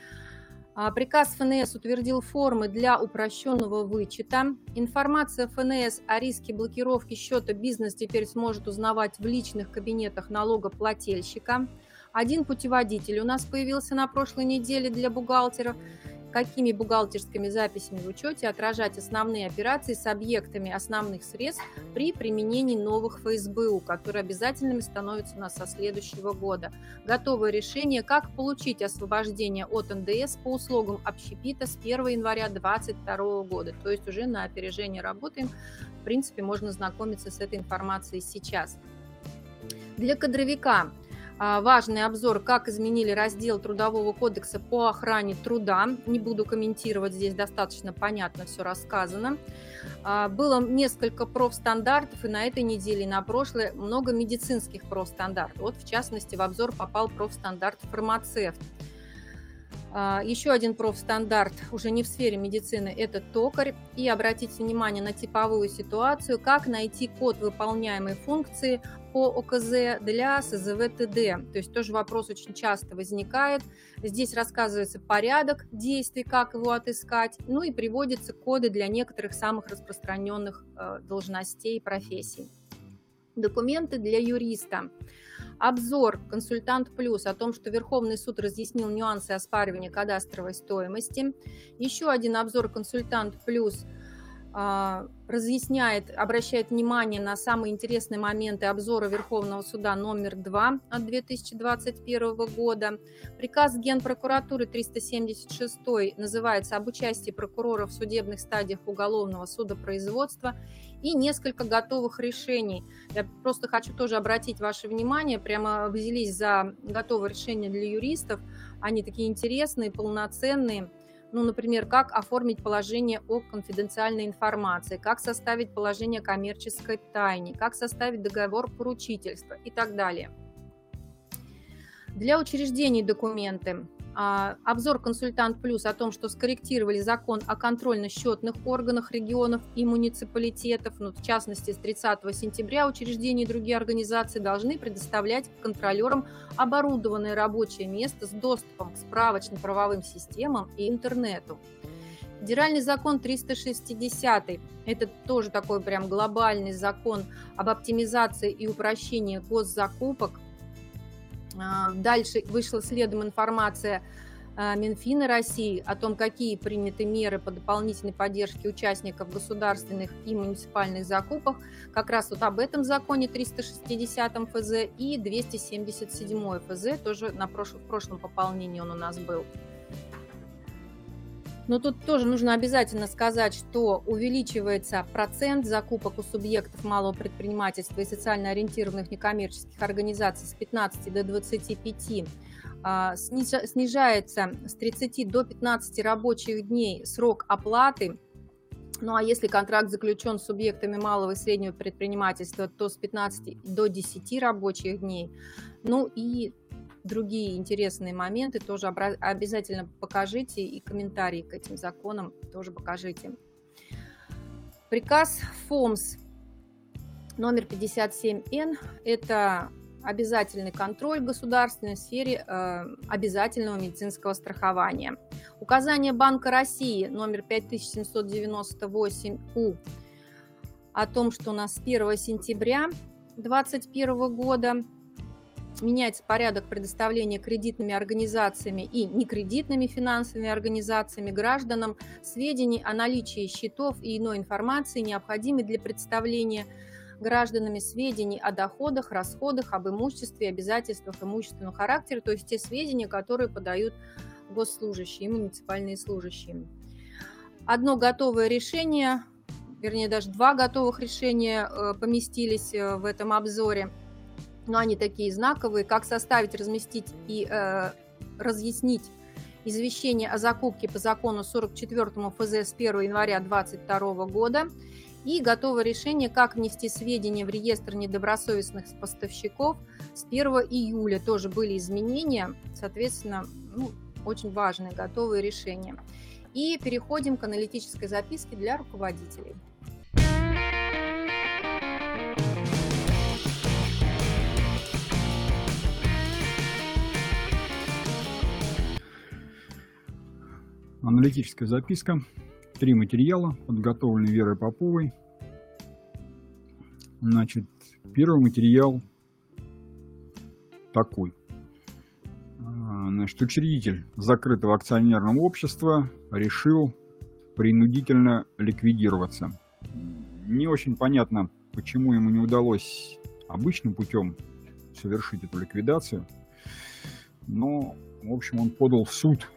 Приказ ФНС утвердил формы для упрощенного вычета. Информация ФНС о риске блокировки счета бизнес теперь сможет узнавать в личных кабинетах налогоплательщика. Один путеводитель у нас появился на прошлой неделе для бухгалтеров. Какими бухгалтерскими записями в учете отражать основные операции с объектами основных средств при применении новых ФСБУ, которые обязательными становятся у нас со следующего года. Готовое решение, как получить освобождение от НДС по услугам общепита с 1 января 2022 года. То есть уже на опережение работаем. В принципе, можно знакомиться с этой информацией сейчас. Для кадровика важный обзор, как изменили раздел Трудового кодекса по охране труда. Не буду комментировать, здесь достаточно понятно все рассказано. Было несколько профстандартов, и на этой неделе, и на прошлой много медицинских профстандартов. Вот, в частности, в обзор попал профстандарт фармацевт. Еще один профстандарт уже не в сфере медицины – это токарь. И обратите внимание на типовую ситуацию, как найти код выполняемой функции по ОКЗ для СЗВ ТД. То есть тоже вопрос очень часто возникает. Здесь рассказывается порядок действий, как его отыскать, ну и приводятся коды для некоторых самых распространенных должностей и профессий. Документы для юриста. Обзор «Консультант Плюс» о том, что Верховный суд разъяснил нюансы оспаривания кадастровой стоимости. Еще один обзор «Консультант Плюс» разъясняет, обращает внимание на самые интересные моменты обзора Верховного суда номер 2 от 2021 года. Приказ Генпрокуратуры 376 называется «Об участии прокурора в судебных стадиях уголовного судопроизводства» и несколько готовых решений. Я просто хочу тоже обратить ваше внимание, прямо взялись за готовые решения для юристов. Они такие интересные, полноценные. Ну, например, как оформить положение о конфиденциальной информации, как составить положение о коммерческой тайне, как составить договор поручительства и так далее. Для учреждений документы. Обзор «Консультант Плюс» о том, что скорректировали закон о контрольно-счетных органах регионов и муниципалитетов. Ну, в частности, с 30 сентября учреждения и другие организации должны предоставлять контролерам оборудованное рабочее место с доступом к справочно-правовым системам и интернету. Федеральный закон 360, это тоже такой прям глобальный закон об оптимизации и упрощении госзакупок. Дальше вышла следом информация Минфина России о том, какие приняты меры по дополнительной поддержке участников государственных и муниципальных закупок. Как раз вот об этом законе 360 ФЗ и 277 ФЗ, тоже в прошлом пополнении он у нас был. Но тут тоже нужно обязательно сказать, что увеличивается процент закупок у субъектов малого предпринимательства и социально ориентированных некоммерческих организаций с 15 до 25, снижается с 30 до 15 рабочих дней срок оплаты. Ну а если контракт заключен с субъектами малого и среднего предпринимательства, то с 15 до 10 рабочих дней. Ну и другие интересные моменты тоже обязательно покажите, и комментарии к этим законам тоже покажите. Приказ ФОМС номер 57Н – это обязательный контроль в государственной сфере обязательного медицинского страхования. Указание Банка России номер 5798У о том, что у нас с 1 сентября 2021 года меняется порядок предоставления кредитными организациями и некредитными финансовыми организациями гражданам сведений о наличии счетов и иной информации, необходимой для представления гражданами сведений о доходах, расходах, об имуществе, обязательствах имущественного характера, то есть те сведения, которые подают госслужащие и муниципальные служащие. Одно готовое решение, вернее даже два готовых решения поместились в этом обзоре. Но они такие знаковые, как составить, разместить и разъяснить извещение о закупке по закону 44 ФЗ с 1 января 2022 года И готово решение, как внести сведения в реестр недобросовестных поставщиков. С 1 июля тоже были изменения, соответственно, очень важные готовые решения. И переходим к аналитической записке для руководителей. Аналитическая записка. 3 материала, подготовленные Верой Поповой. Значит, первый материал такой. Значит, учредитель закрытого акционерного общества решил принудительно ликвидироваться. Не очень понятно, почему ему не удалось обычным путем совершить эту ликвидацию. Но, в общем, он подал в суд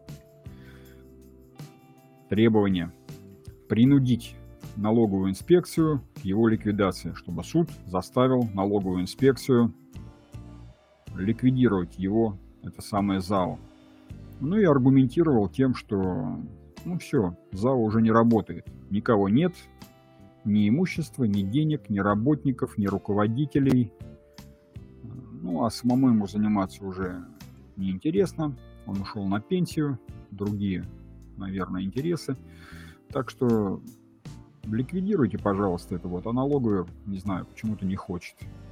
требование принудить налоговую инспекцию к его ликвидации, чтобы суд заставил налоговую инспекцию ликвидировать его, это самое ЗАО. Ну и аргументировал тем, что все, ЗАО уже не работает, никого нет, ни имущества, ни денег, ни работников, ни руководителей. А самому ему заниматься уже неинтересно, он ушел на пенсию, другие, наверное, интересы. Так что ликвидируйте, пожалуйста, это вот. А налоговая, не знаю, почему-то не хочет.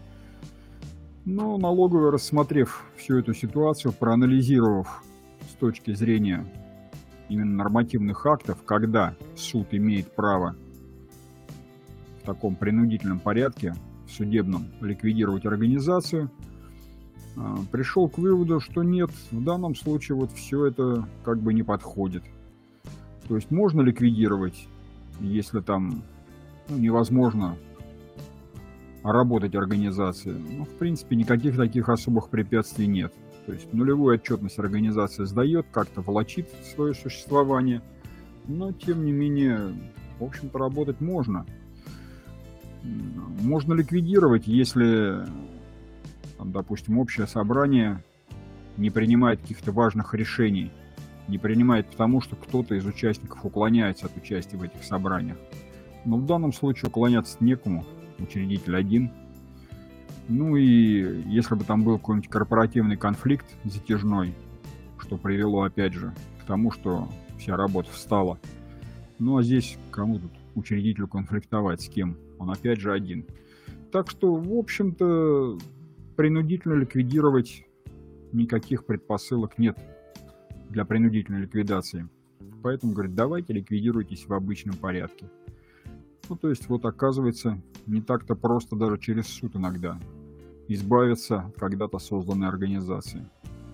Но налоговая, рассмотрев всю эту ситуацию, проанализировав с точки зрения именно нормативных актов, когда суд имеет право в таком принудительном порядке, в судебном, ликвидировать организацию, пришел к выводу, что нет, в данном случае вот все это как бы не подходит. То есть можно ликвидировать, если там невозможно работать организации. В принципе, никаких таких особых препятствий нет. То есть нулевую отчетность организация сдает, как-то волочит свое существование, но тем не менее, в общем-то, работать можно. Можно ликвидировать, если, допустим, общее собрание не принимает каких-то важных решений, не принимает потому, что кто-то из участников уклоняется от участия в этих собраниях. Но в данном случае уклоняться некому, учредитель один. И если бы там был какой-нибудь корпоративный конфликт затяжной, что привело, опять же, к тому, что вся работа встала. А здесь кому тут учредителю конфликтовать, с кем? Он опять же один. Так что, в общем-то, принудительно ликвидировать никаких предпосылок нет для принудительной ликвидации. Поэтому, говорит, давайте ликвидируйтесь в обычном порядке. То есть, вот оказывается, не так-то просто даже через суд иногда избавиться от когда-то созданной организации.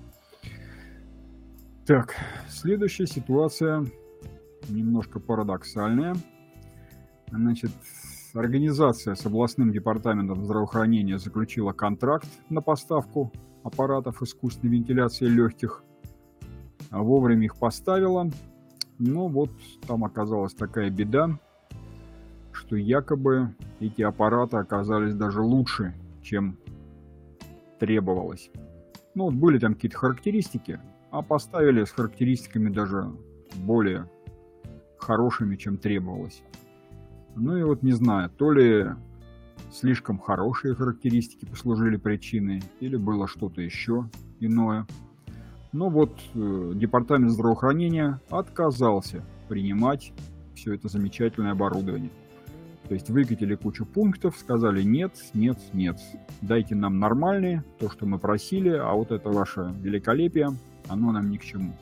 Так, следующая ситуация немножко парадоксальная. Значит, организация с областным департаментом здравоохранения заключила контракт на поставку аппаратов искусственной вентиляции легких. Вовремя их поставила, но вот там оказалась такая беда, что якобы эти аппараты оказались даже лучше, чем требовалось. Были там какие-то характеристики, а поставили с характеристиками даже более хорошими, чем требовалось. Не знаю, то ли слишком хорошие характеристики послужили причиной, или было что-то еще иное. Департамент здравоохранения отказался принимать все это замечательное оборудование. То есть выкатили кучу пунктов, сказали нет, нет, нет. Дайте нам нормальные, то, что мы просили, а вот это ваше великолепие, оно нам ни к чему.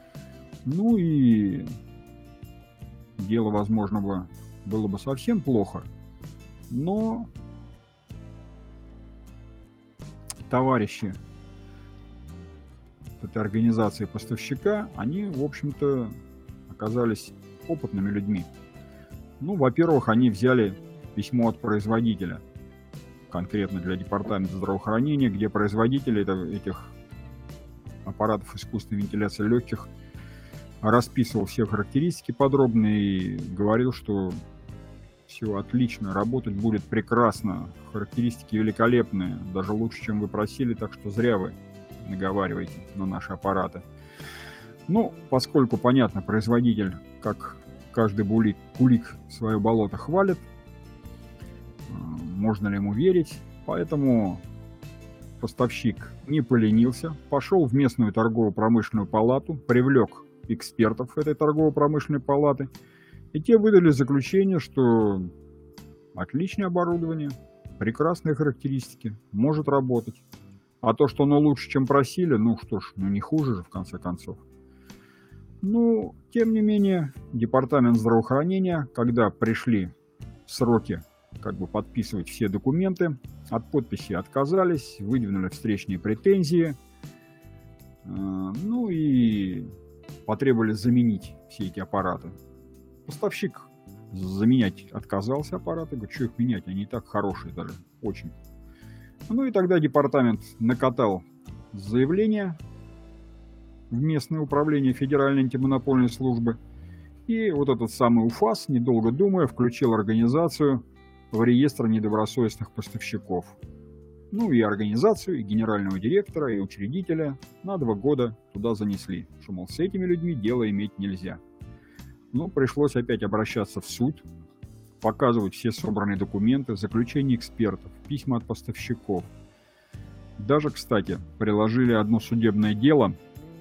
И дело, возможно, было бы совсем плохо, но товарищи этой организации поставщика, они, в общем-то, оказались опытными людьми. Во-первых, они взяли письмо от производителя, конкретно для департамента здравоохранения, где производитель этих аппаратов искусственной вентиляции легких расписывал все характеристики подробно и говорил, что все отлично, работать будет прекрасно, характеристики великолепные, даже лучше, чем вы просили, так что зря вы наговариваете на наши аппараты. Поскольку, понятно, производитель, как каждый кулик свое болото хвалит. Можно ли ему верить? Поэтому поставщик не поленился, пошел в местную торгово-промышленную палату, привлек экспертов этой торгово-промышленной палаты, и те выдали заключение, что отличное оборудование, прекрасные характеристики, может работать. А то, что оно лучше, чем просили, ну что ж, ну не хуже же в конце концов. Ну, тем не менее, департамент здравоохранения, когда пришли сроки как бы подписывать все документы, от подписи отказались, выдвинули встречные претензии, ну и потребовали заменить все эти аппараты. Поставщик заменять отказался аппараты, говорит, что их менять, они и так хорошие даже, очень. Ну и тогда департамент накатал заявление в местное управление Федеральной антимонопольной службы, и вот этот самый УФАС, недолго думая, включил организацию в реестр недобросовестных поставщиков. Ну и организацию, и генерального директора, и учредителя на 2 года туда занесли, что, мол, с этими людьми дело иметь нельзя. Но пришлось опять обращаться в суд, показывать все собранные документы, заключения экспертов, письма от поставщиков. Даже, кстати, приложили одно судебное дело.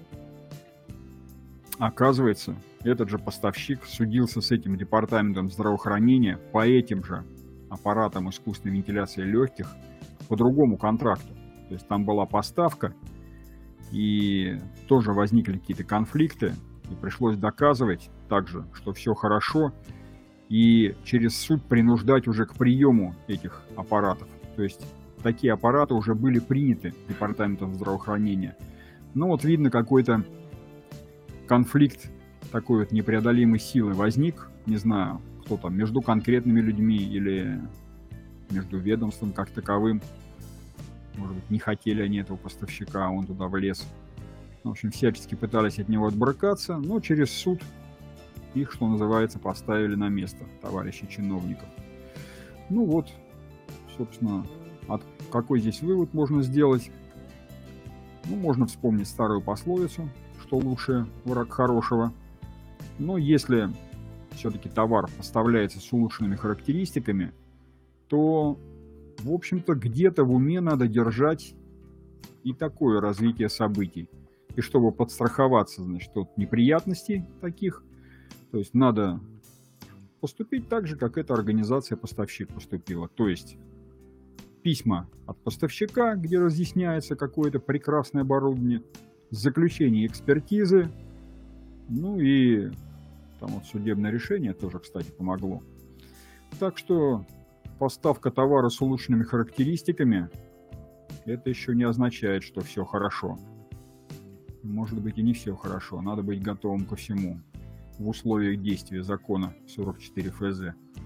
Оказывается, этот же поставщик судился с этим департаментом здравоохранения по этим же аппаратам искусственной вентиляции легких по другому контракту. То есть там была поставка, и тоже возникли какие-то конфликты, и пришлось доказывать также, что все хорошо, и через суд принуждать уже к приему этих аппаратов. То есть такие аппараты уже были приняты департаментом здравоохранения. Но вот видно, какой-то конфликт такой вот непреодолимой силы возник, не знаю, кто там, между конкретными людьми или между ведомством как таковым. Может быть, не хотели они этого поставщика, а он туда влез. В общем, всячески пытались от него отбрыкаться, но через суд их, что называется, поставили на место, товарищи чиновников. Ну вот, собственно, какой здесь вывод можно сделать? Ну, можно вспомнить старую пословицу, что лучше враг хорошего. Но если все-таки товар поставляется с улучшенными характеристиками, то, в общем-то, где-то в уме надо держать и такое развитие событий. И чтобы подстраховаться, значит, от неприятностей таких, то есть надо поступить так же, как эта организация-поставщик поступила. То есть письма от поставщика, где разъясняется какое-то прекрасное оборудование, заключение экспертизы, ну и там вот судебное решение тоже, кстати, помогло. Так что поставка товара с улучшенными характеристиками — это еще не означает, что все хорошо. Может быть, и не все хорошо. Надо быть готовым ко всему в условиях действия закона 44 ФЗ.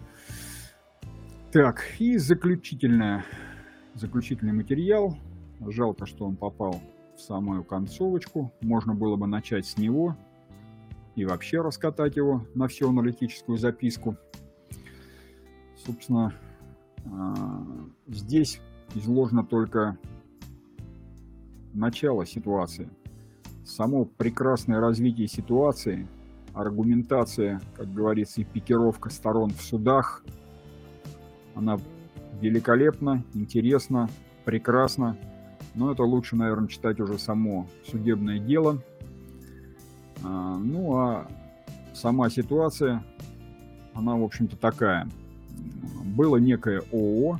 Так, и заключительный материал. Жалко, что он попал в самую концовочку. Можно было бы начать с него и вообще раскатать его на всю аналитическую записку. Собственно, здесь изложено только начало ситуации. Само прекрасное развитие ситуации, аргументация, как говорится, и пикировка сторон в судах, она великолепна, интересна, прекрасна. Но это лучше, наверное, читать уже само судебное дело. Ну, а сама ситуация, она, в общем-то, такая. Было некое ООО.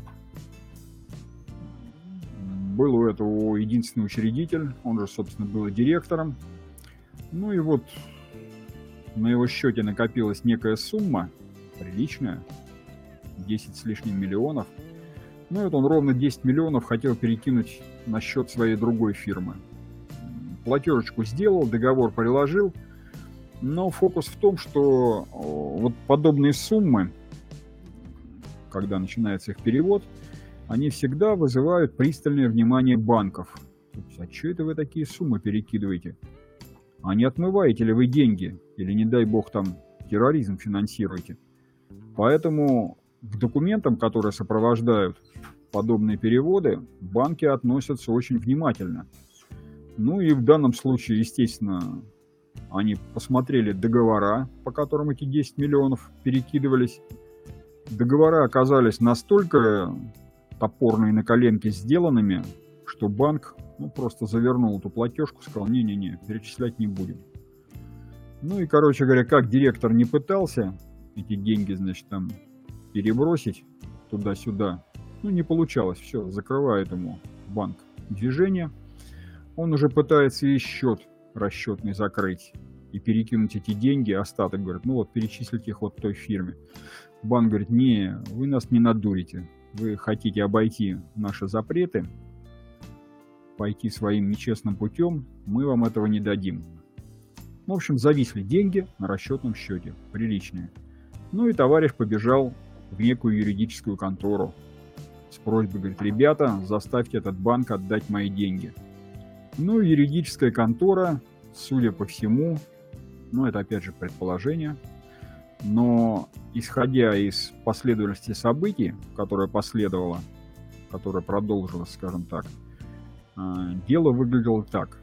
Был у этого ООО единственный учредитель, он же, собственно, был директором. Ну и вот на его счете накопилась некая сумма, приличная, 10 с лишним миллионов. Ну и вот он ровно 10 миллионов хотел перекинуть на счет своей другой фирмы. Платежечку сделал, договор приложил, но фокус в том, что вот подобные суммы, когда начинается их перевод, они всегда вызывают пристальное внимание банков. А что это вы такие суммы перекидываете? А не отмываете ли вы деньги? Или, не дай бог, там терроризм финансируете? Поэтому к документам, которые сопровождают подобные переводы, банки относятся очень внимательно. Ну и в данном случае, естественно, они посмотрели договора, по которым эти 10 миллионов перекидывались. Договора оказались настолько топорные на коленке сделанными, что банк просто завернул эту платежку, сказал: не-не-не, перечислять не будем. Ну и, короче говоря, как директор не пытался эти деньги, значит, там перебросить туда-сюда, не получалось. Все, закрывает ему банк движение. Он уже пытается и счет расчетный закрыть и перекинуть эти деньги, остаток, говорит, перечислить их вот той фирме. Банк говорит: не, вы нас не надурите. Вы хотите обойти наши запреты, пойти своим нечестным путем, мы вам этого не дадим. В общем, зависли деньги на расчетном счете, приличные. Ну и товарищ побежал в некую юридическую контору с просьбой, говорит: ребята, заставьте этот банк отдать мои деньги. Ну и юридическая контора, судя по всему, это опять же предположение, но исходя из последовательности событий, которая последовала, которая продолжилась, скажем так, дело выглядело так.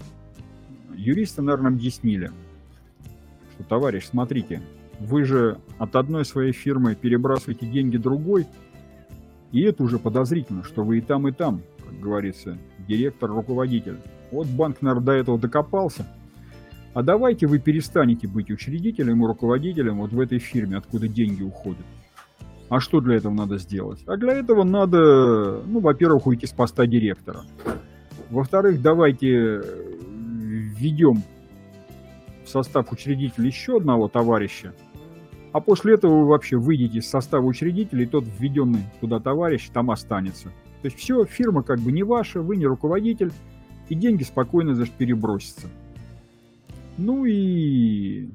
Юристы, наверное, объяснили, что: товарищ, смотрите, вы же от одной своей фирмы перебрасываете деньги другой, и это уже подозрительно, что вы и там, как говорится, директор, руководитель. Вот банк, наверное, до этого докопался. А давайте вы перестанете быть учредителем и руководителем вот в этой фирме, откуда деньги уходят. А что для этого надо сделать? А для этого надо, во-первых, уйти с поста директора. Во-вторых, давайте введем в состав учредителя еще одного товарища, а после этого вы вообще выйдете из состава учредителя, и тот введенный туда товарищ там останется. То есть все, фирма как бы не ваша, вы не руководитель, и деньги спокойно, значит, перебросятся. Ну и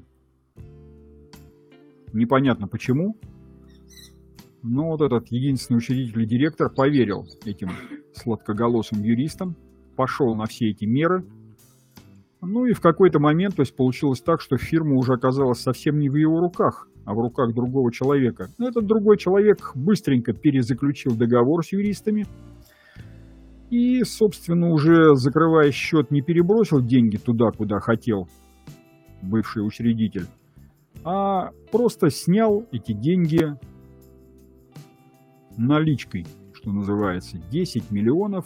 непонятно почему, но вот этот единственный учредитель и директор поверил этим сладкоголосым юристам, пошел на все эти меры. Ну и в какой-то момент, то есть получилось так, что фирма уже оказалась совсем не в его руках, а в руках другого человека. Но этот другой человек быстренько перезаключил договор с юристами и, собственно, уже закрывая счет, не перебросил деньги туда, куда хотел бывший учредитель, а просто снял эти деньги наличкой, что называется, 10 миллионов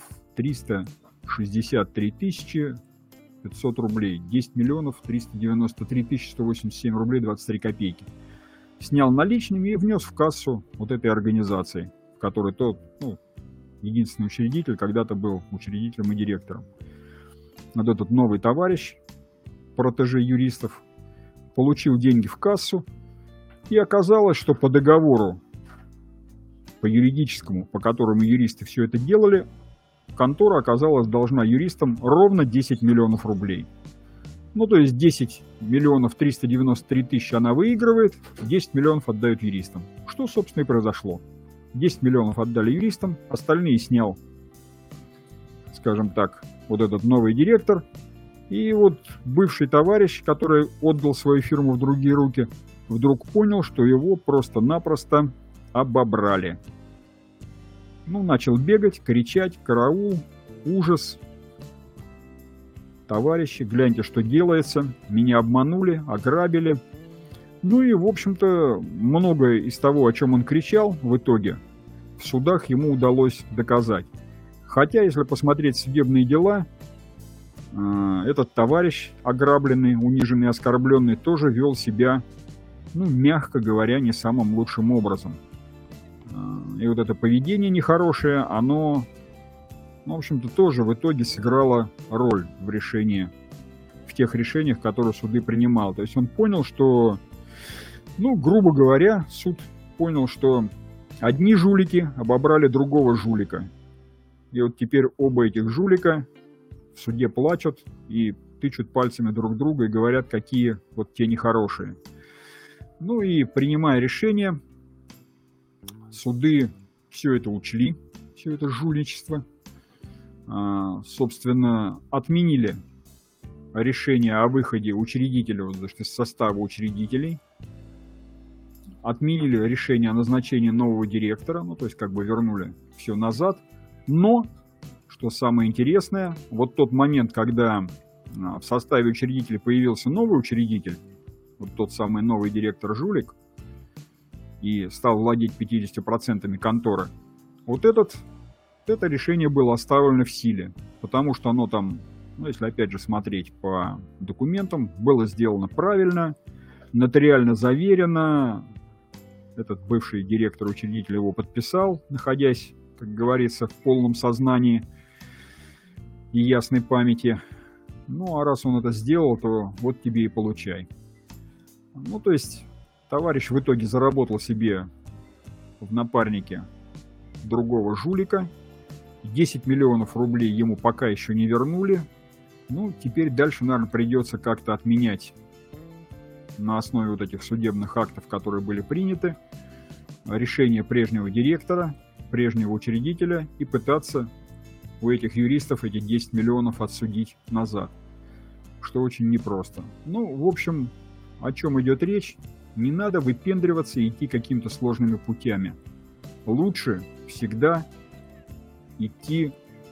363 тысячи 500 рублей, 10 миллионов 393 тысячи 187 рублей 23 копейки. Снял наличными и внес в кассу вот этой организации, в которой тот, единственный учредитель, когда-то был учредителем и директором. Вот этот новый товарищ, протеже юристов, получил деньги в кассу, и оказалось, что по договору, по юридическому, по которому юристы все это делали, контора оказалась должна юристам ровно 10 миллионов рублей. То есть 10 миллионов 393 тысячи она выигрывает, 10 миллионов отдают юристам. Что, собственно, и произошло. 10 миллионов отдали юристам, остальные снял, скажем так, вот этот новый директор. И вот бывший товарищ, который отдал свою фирму в другие руки, вдруг понял, что его просто-напросто обобрали. Начал бегать, кричать: караул, ужас. Товарищи, гляньте, что делается. Меня обманули, ограбили. И, в общем-то, многое из того, о чем он кричал, в итоге в судах ему удалось доказать. Хотя, если посмотреть судебные дела, этот товарищ, ограбленный, униженный, оскорбленный, тоже вел себя, мягко говоря, не самым лучшим образом. И вот это поведение нехорошее, оно, в общем-то, тоже в итоге сыграло роль в тех решениях, которые суды принимал. То есть он понял, что, грубо говоря, суд понял, что одни жулики обобрали другого жулика. И вот теперь оба этих жулика в суде плачут и тычут пальцами друг друга и говорят, какие вот те нехорошие. И принимая решение, суды все это учли, все это жульничество. Собственно, отменили решение о выходе учредителя из состава учредителей, отменили решение о назначении нового директора, то есть как бы вернули все назад. Но, что самое интересное, вот тот момент, когда в составе учредителя появился новый учредитель, вот тот самый новый директор Жулик, и стал владеть 50% конторы, вот это решение было оставлено в силе, потому что оно там, ну, если опять же смотреть по документам, было сделано правильно, нотариально заверено. Этот бывший директор-учредитель его подписал, находясь, как говорится, в полном сознании и ясной памяти. Ну, а раз он это сделал, то вот тебе и получай. Ну, то есть, товарищ в итоге заработал себе в напарнике другого жулика. 10 миллионов рублей ему пока еще не вернули. Ну, теперь дальше, наверное, придется как-то отменять на основе вот этих судебных актов, которые были приняты, решение прежнего директора, прежнего учредителя и пытаться у этих юристов эти 10 миллионов отсудить назад, что очень непросто. Ну, в общем, о чем идет речь? Не надо выпендриваться и идти какими-то сложными путями. Лучше всегда идти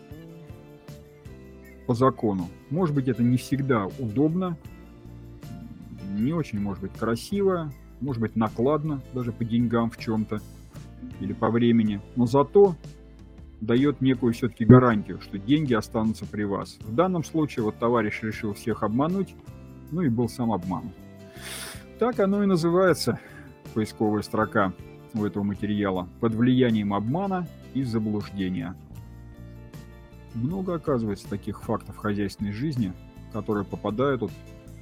по закону. Может быть, это не всегда удобно, не очень, может быть, красиво, может быть, накладно даже по деньгам в чем-то или по времени, но зато дает некую все-таки гарантию, что деньги останутся при вас. В данном случае вот товарищ решил всех обмануть, ну и был сам обманут. Так оно и называется, поисковая строка у этого материала, под влиянием обмана и заблуждения. Много, оказывается, таких фактов хозяйственной жизни, которые попадают вот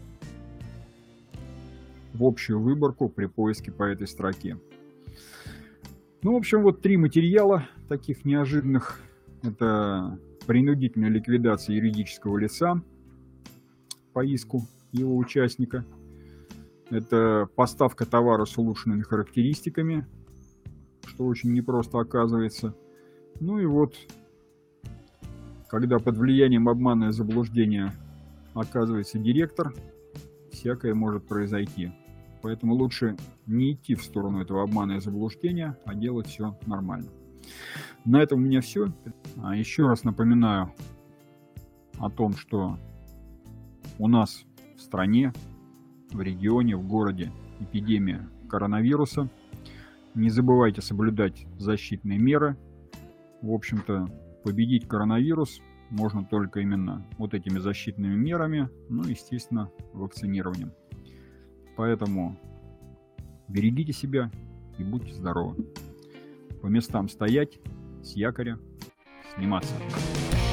в общую выборку при поиске по этой строке. Ну, в общем, вот 3 материала таких неожиданных. Это принудительная ликвидация юридического лица по иску его участника. Это поставка товара с улучшенными характеристиками, что очень непросто оказывается. Ну и вот, когда под влиянием обмана и заблуждения оказывается директор, всякое может произойти. Поэтому лучше не идти в сторону этого обмана и заблуждения, а делать все нормально. На этом у меня все. Еще раз напоминаю о том, что у нас в стране, в регионе, в городе эпидемия коронавируса. Не забывайте соблюдать защитные меры. В общем-то, победить коронавирус можно только именно вот этими защитными мерами, ну, естественно, вакцинированием. Поэтому берегите себя и будьте здоровы. По местам стоять, с якоря сниматься.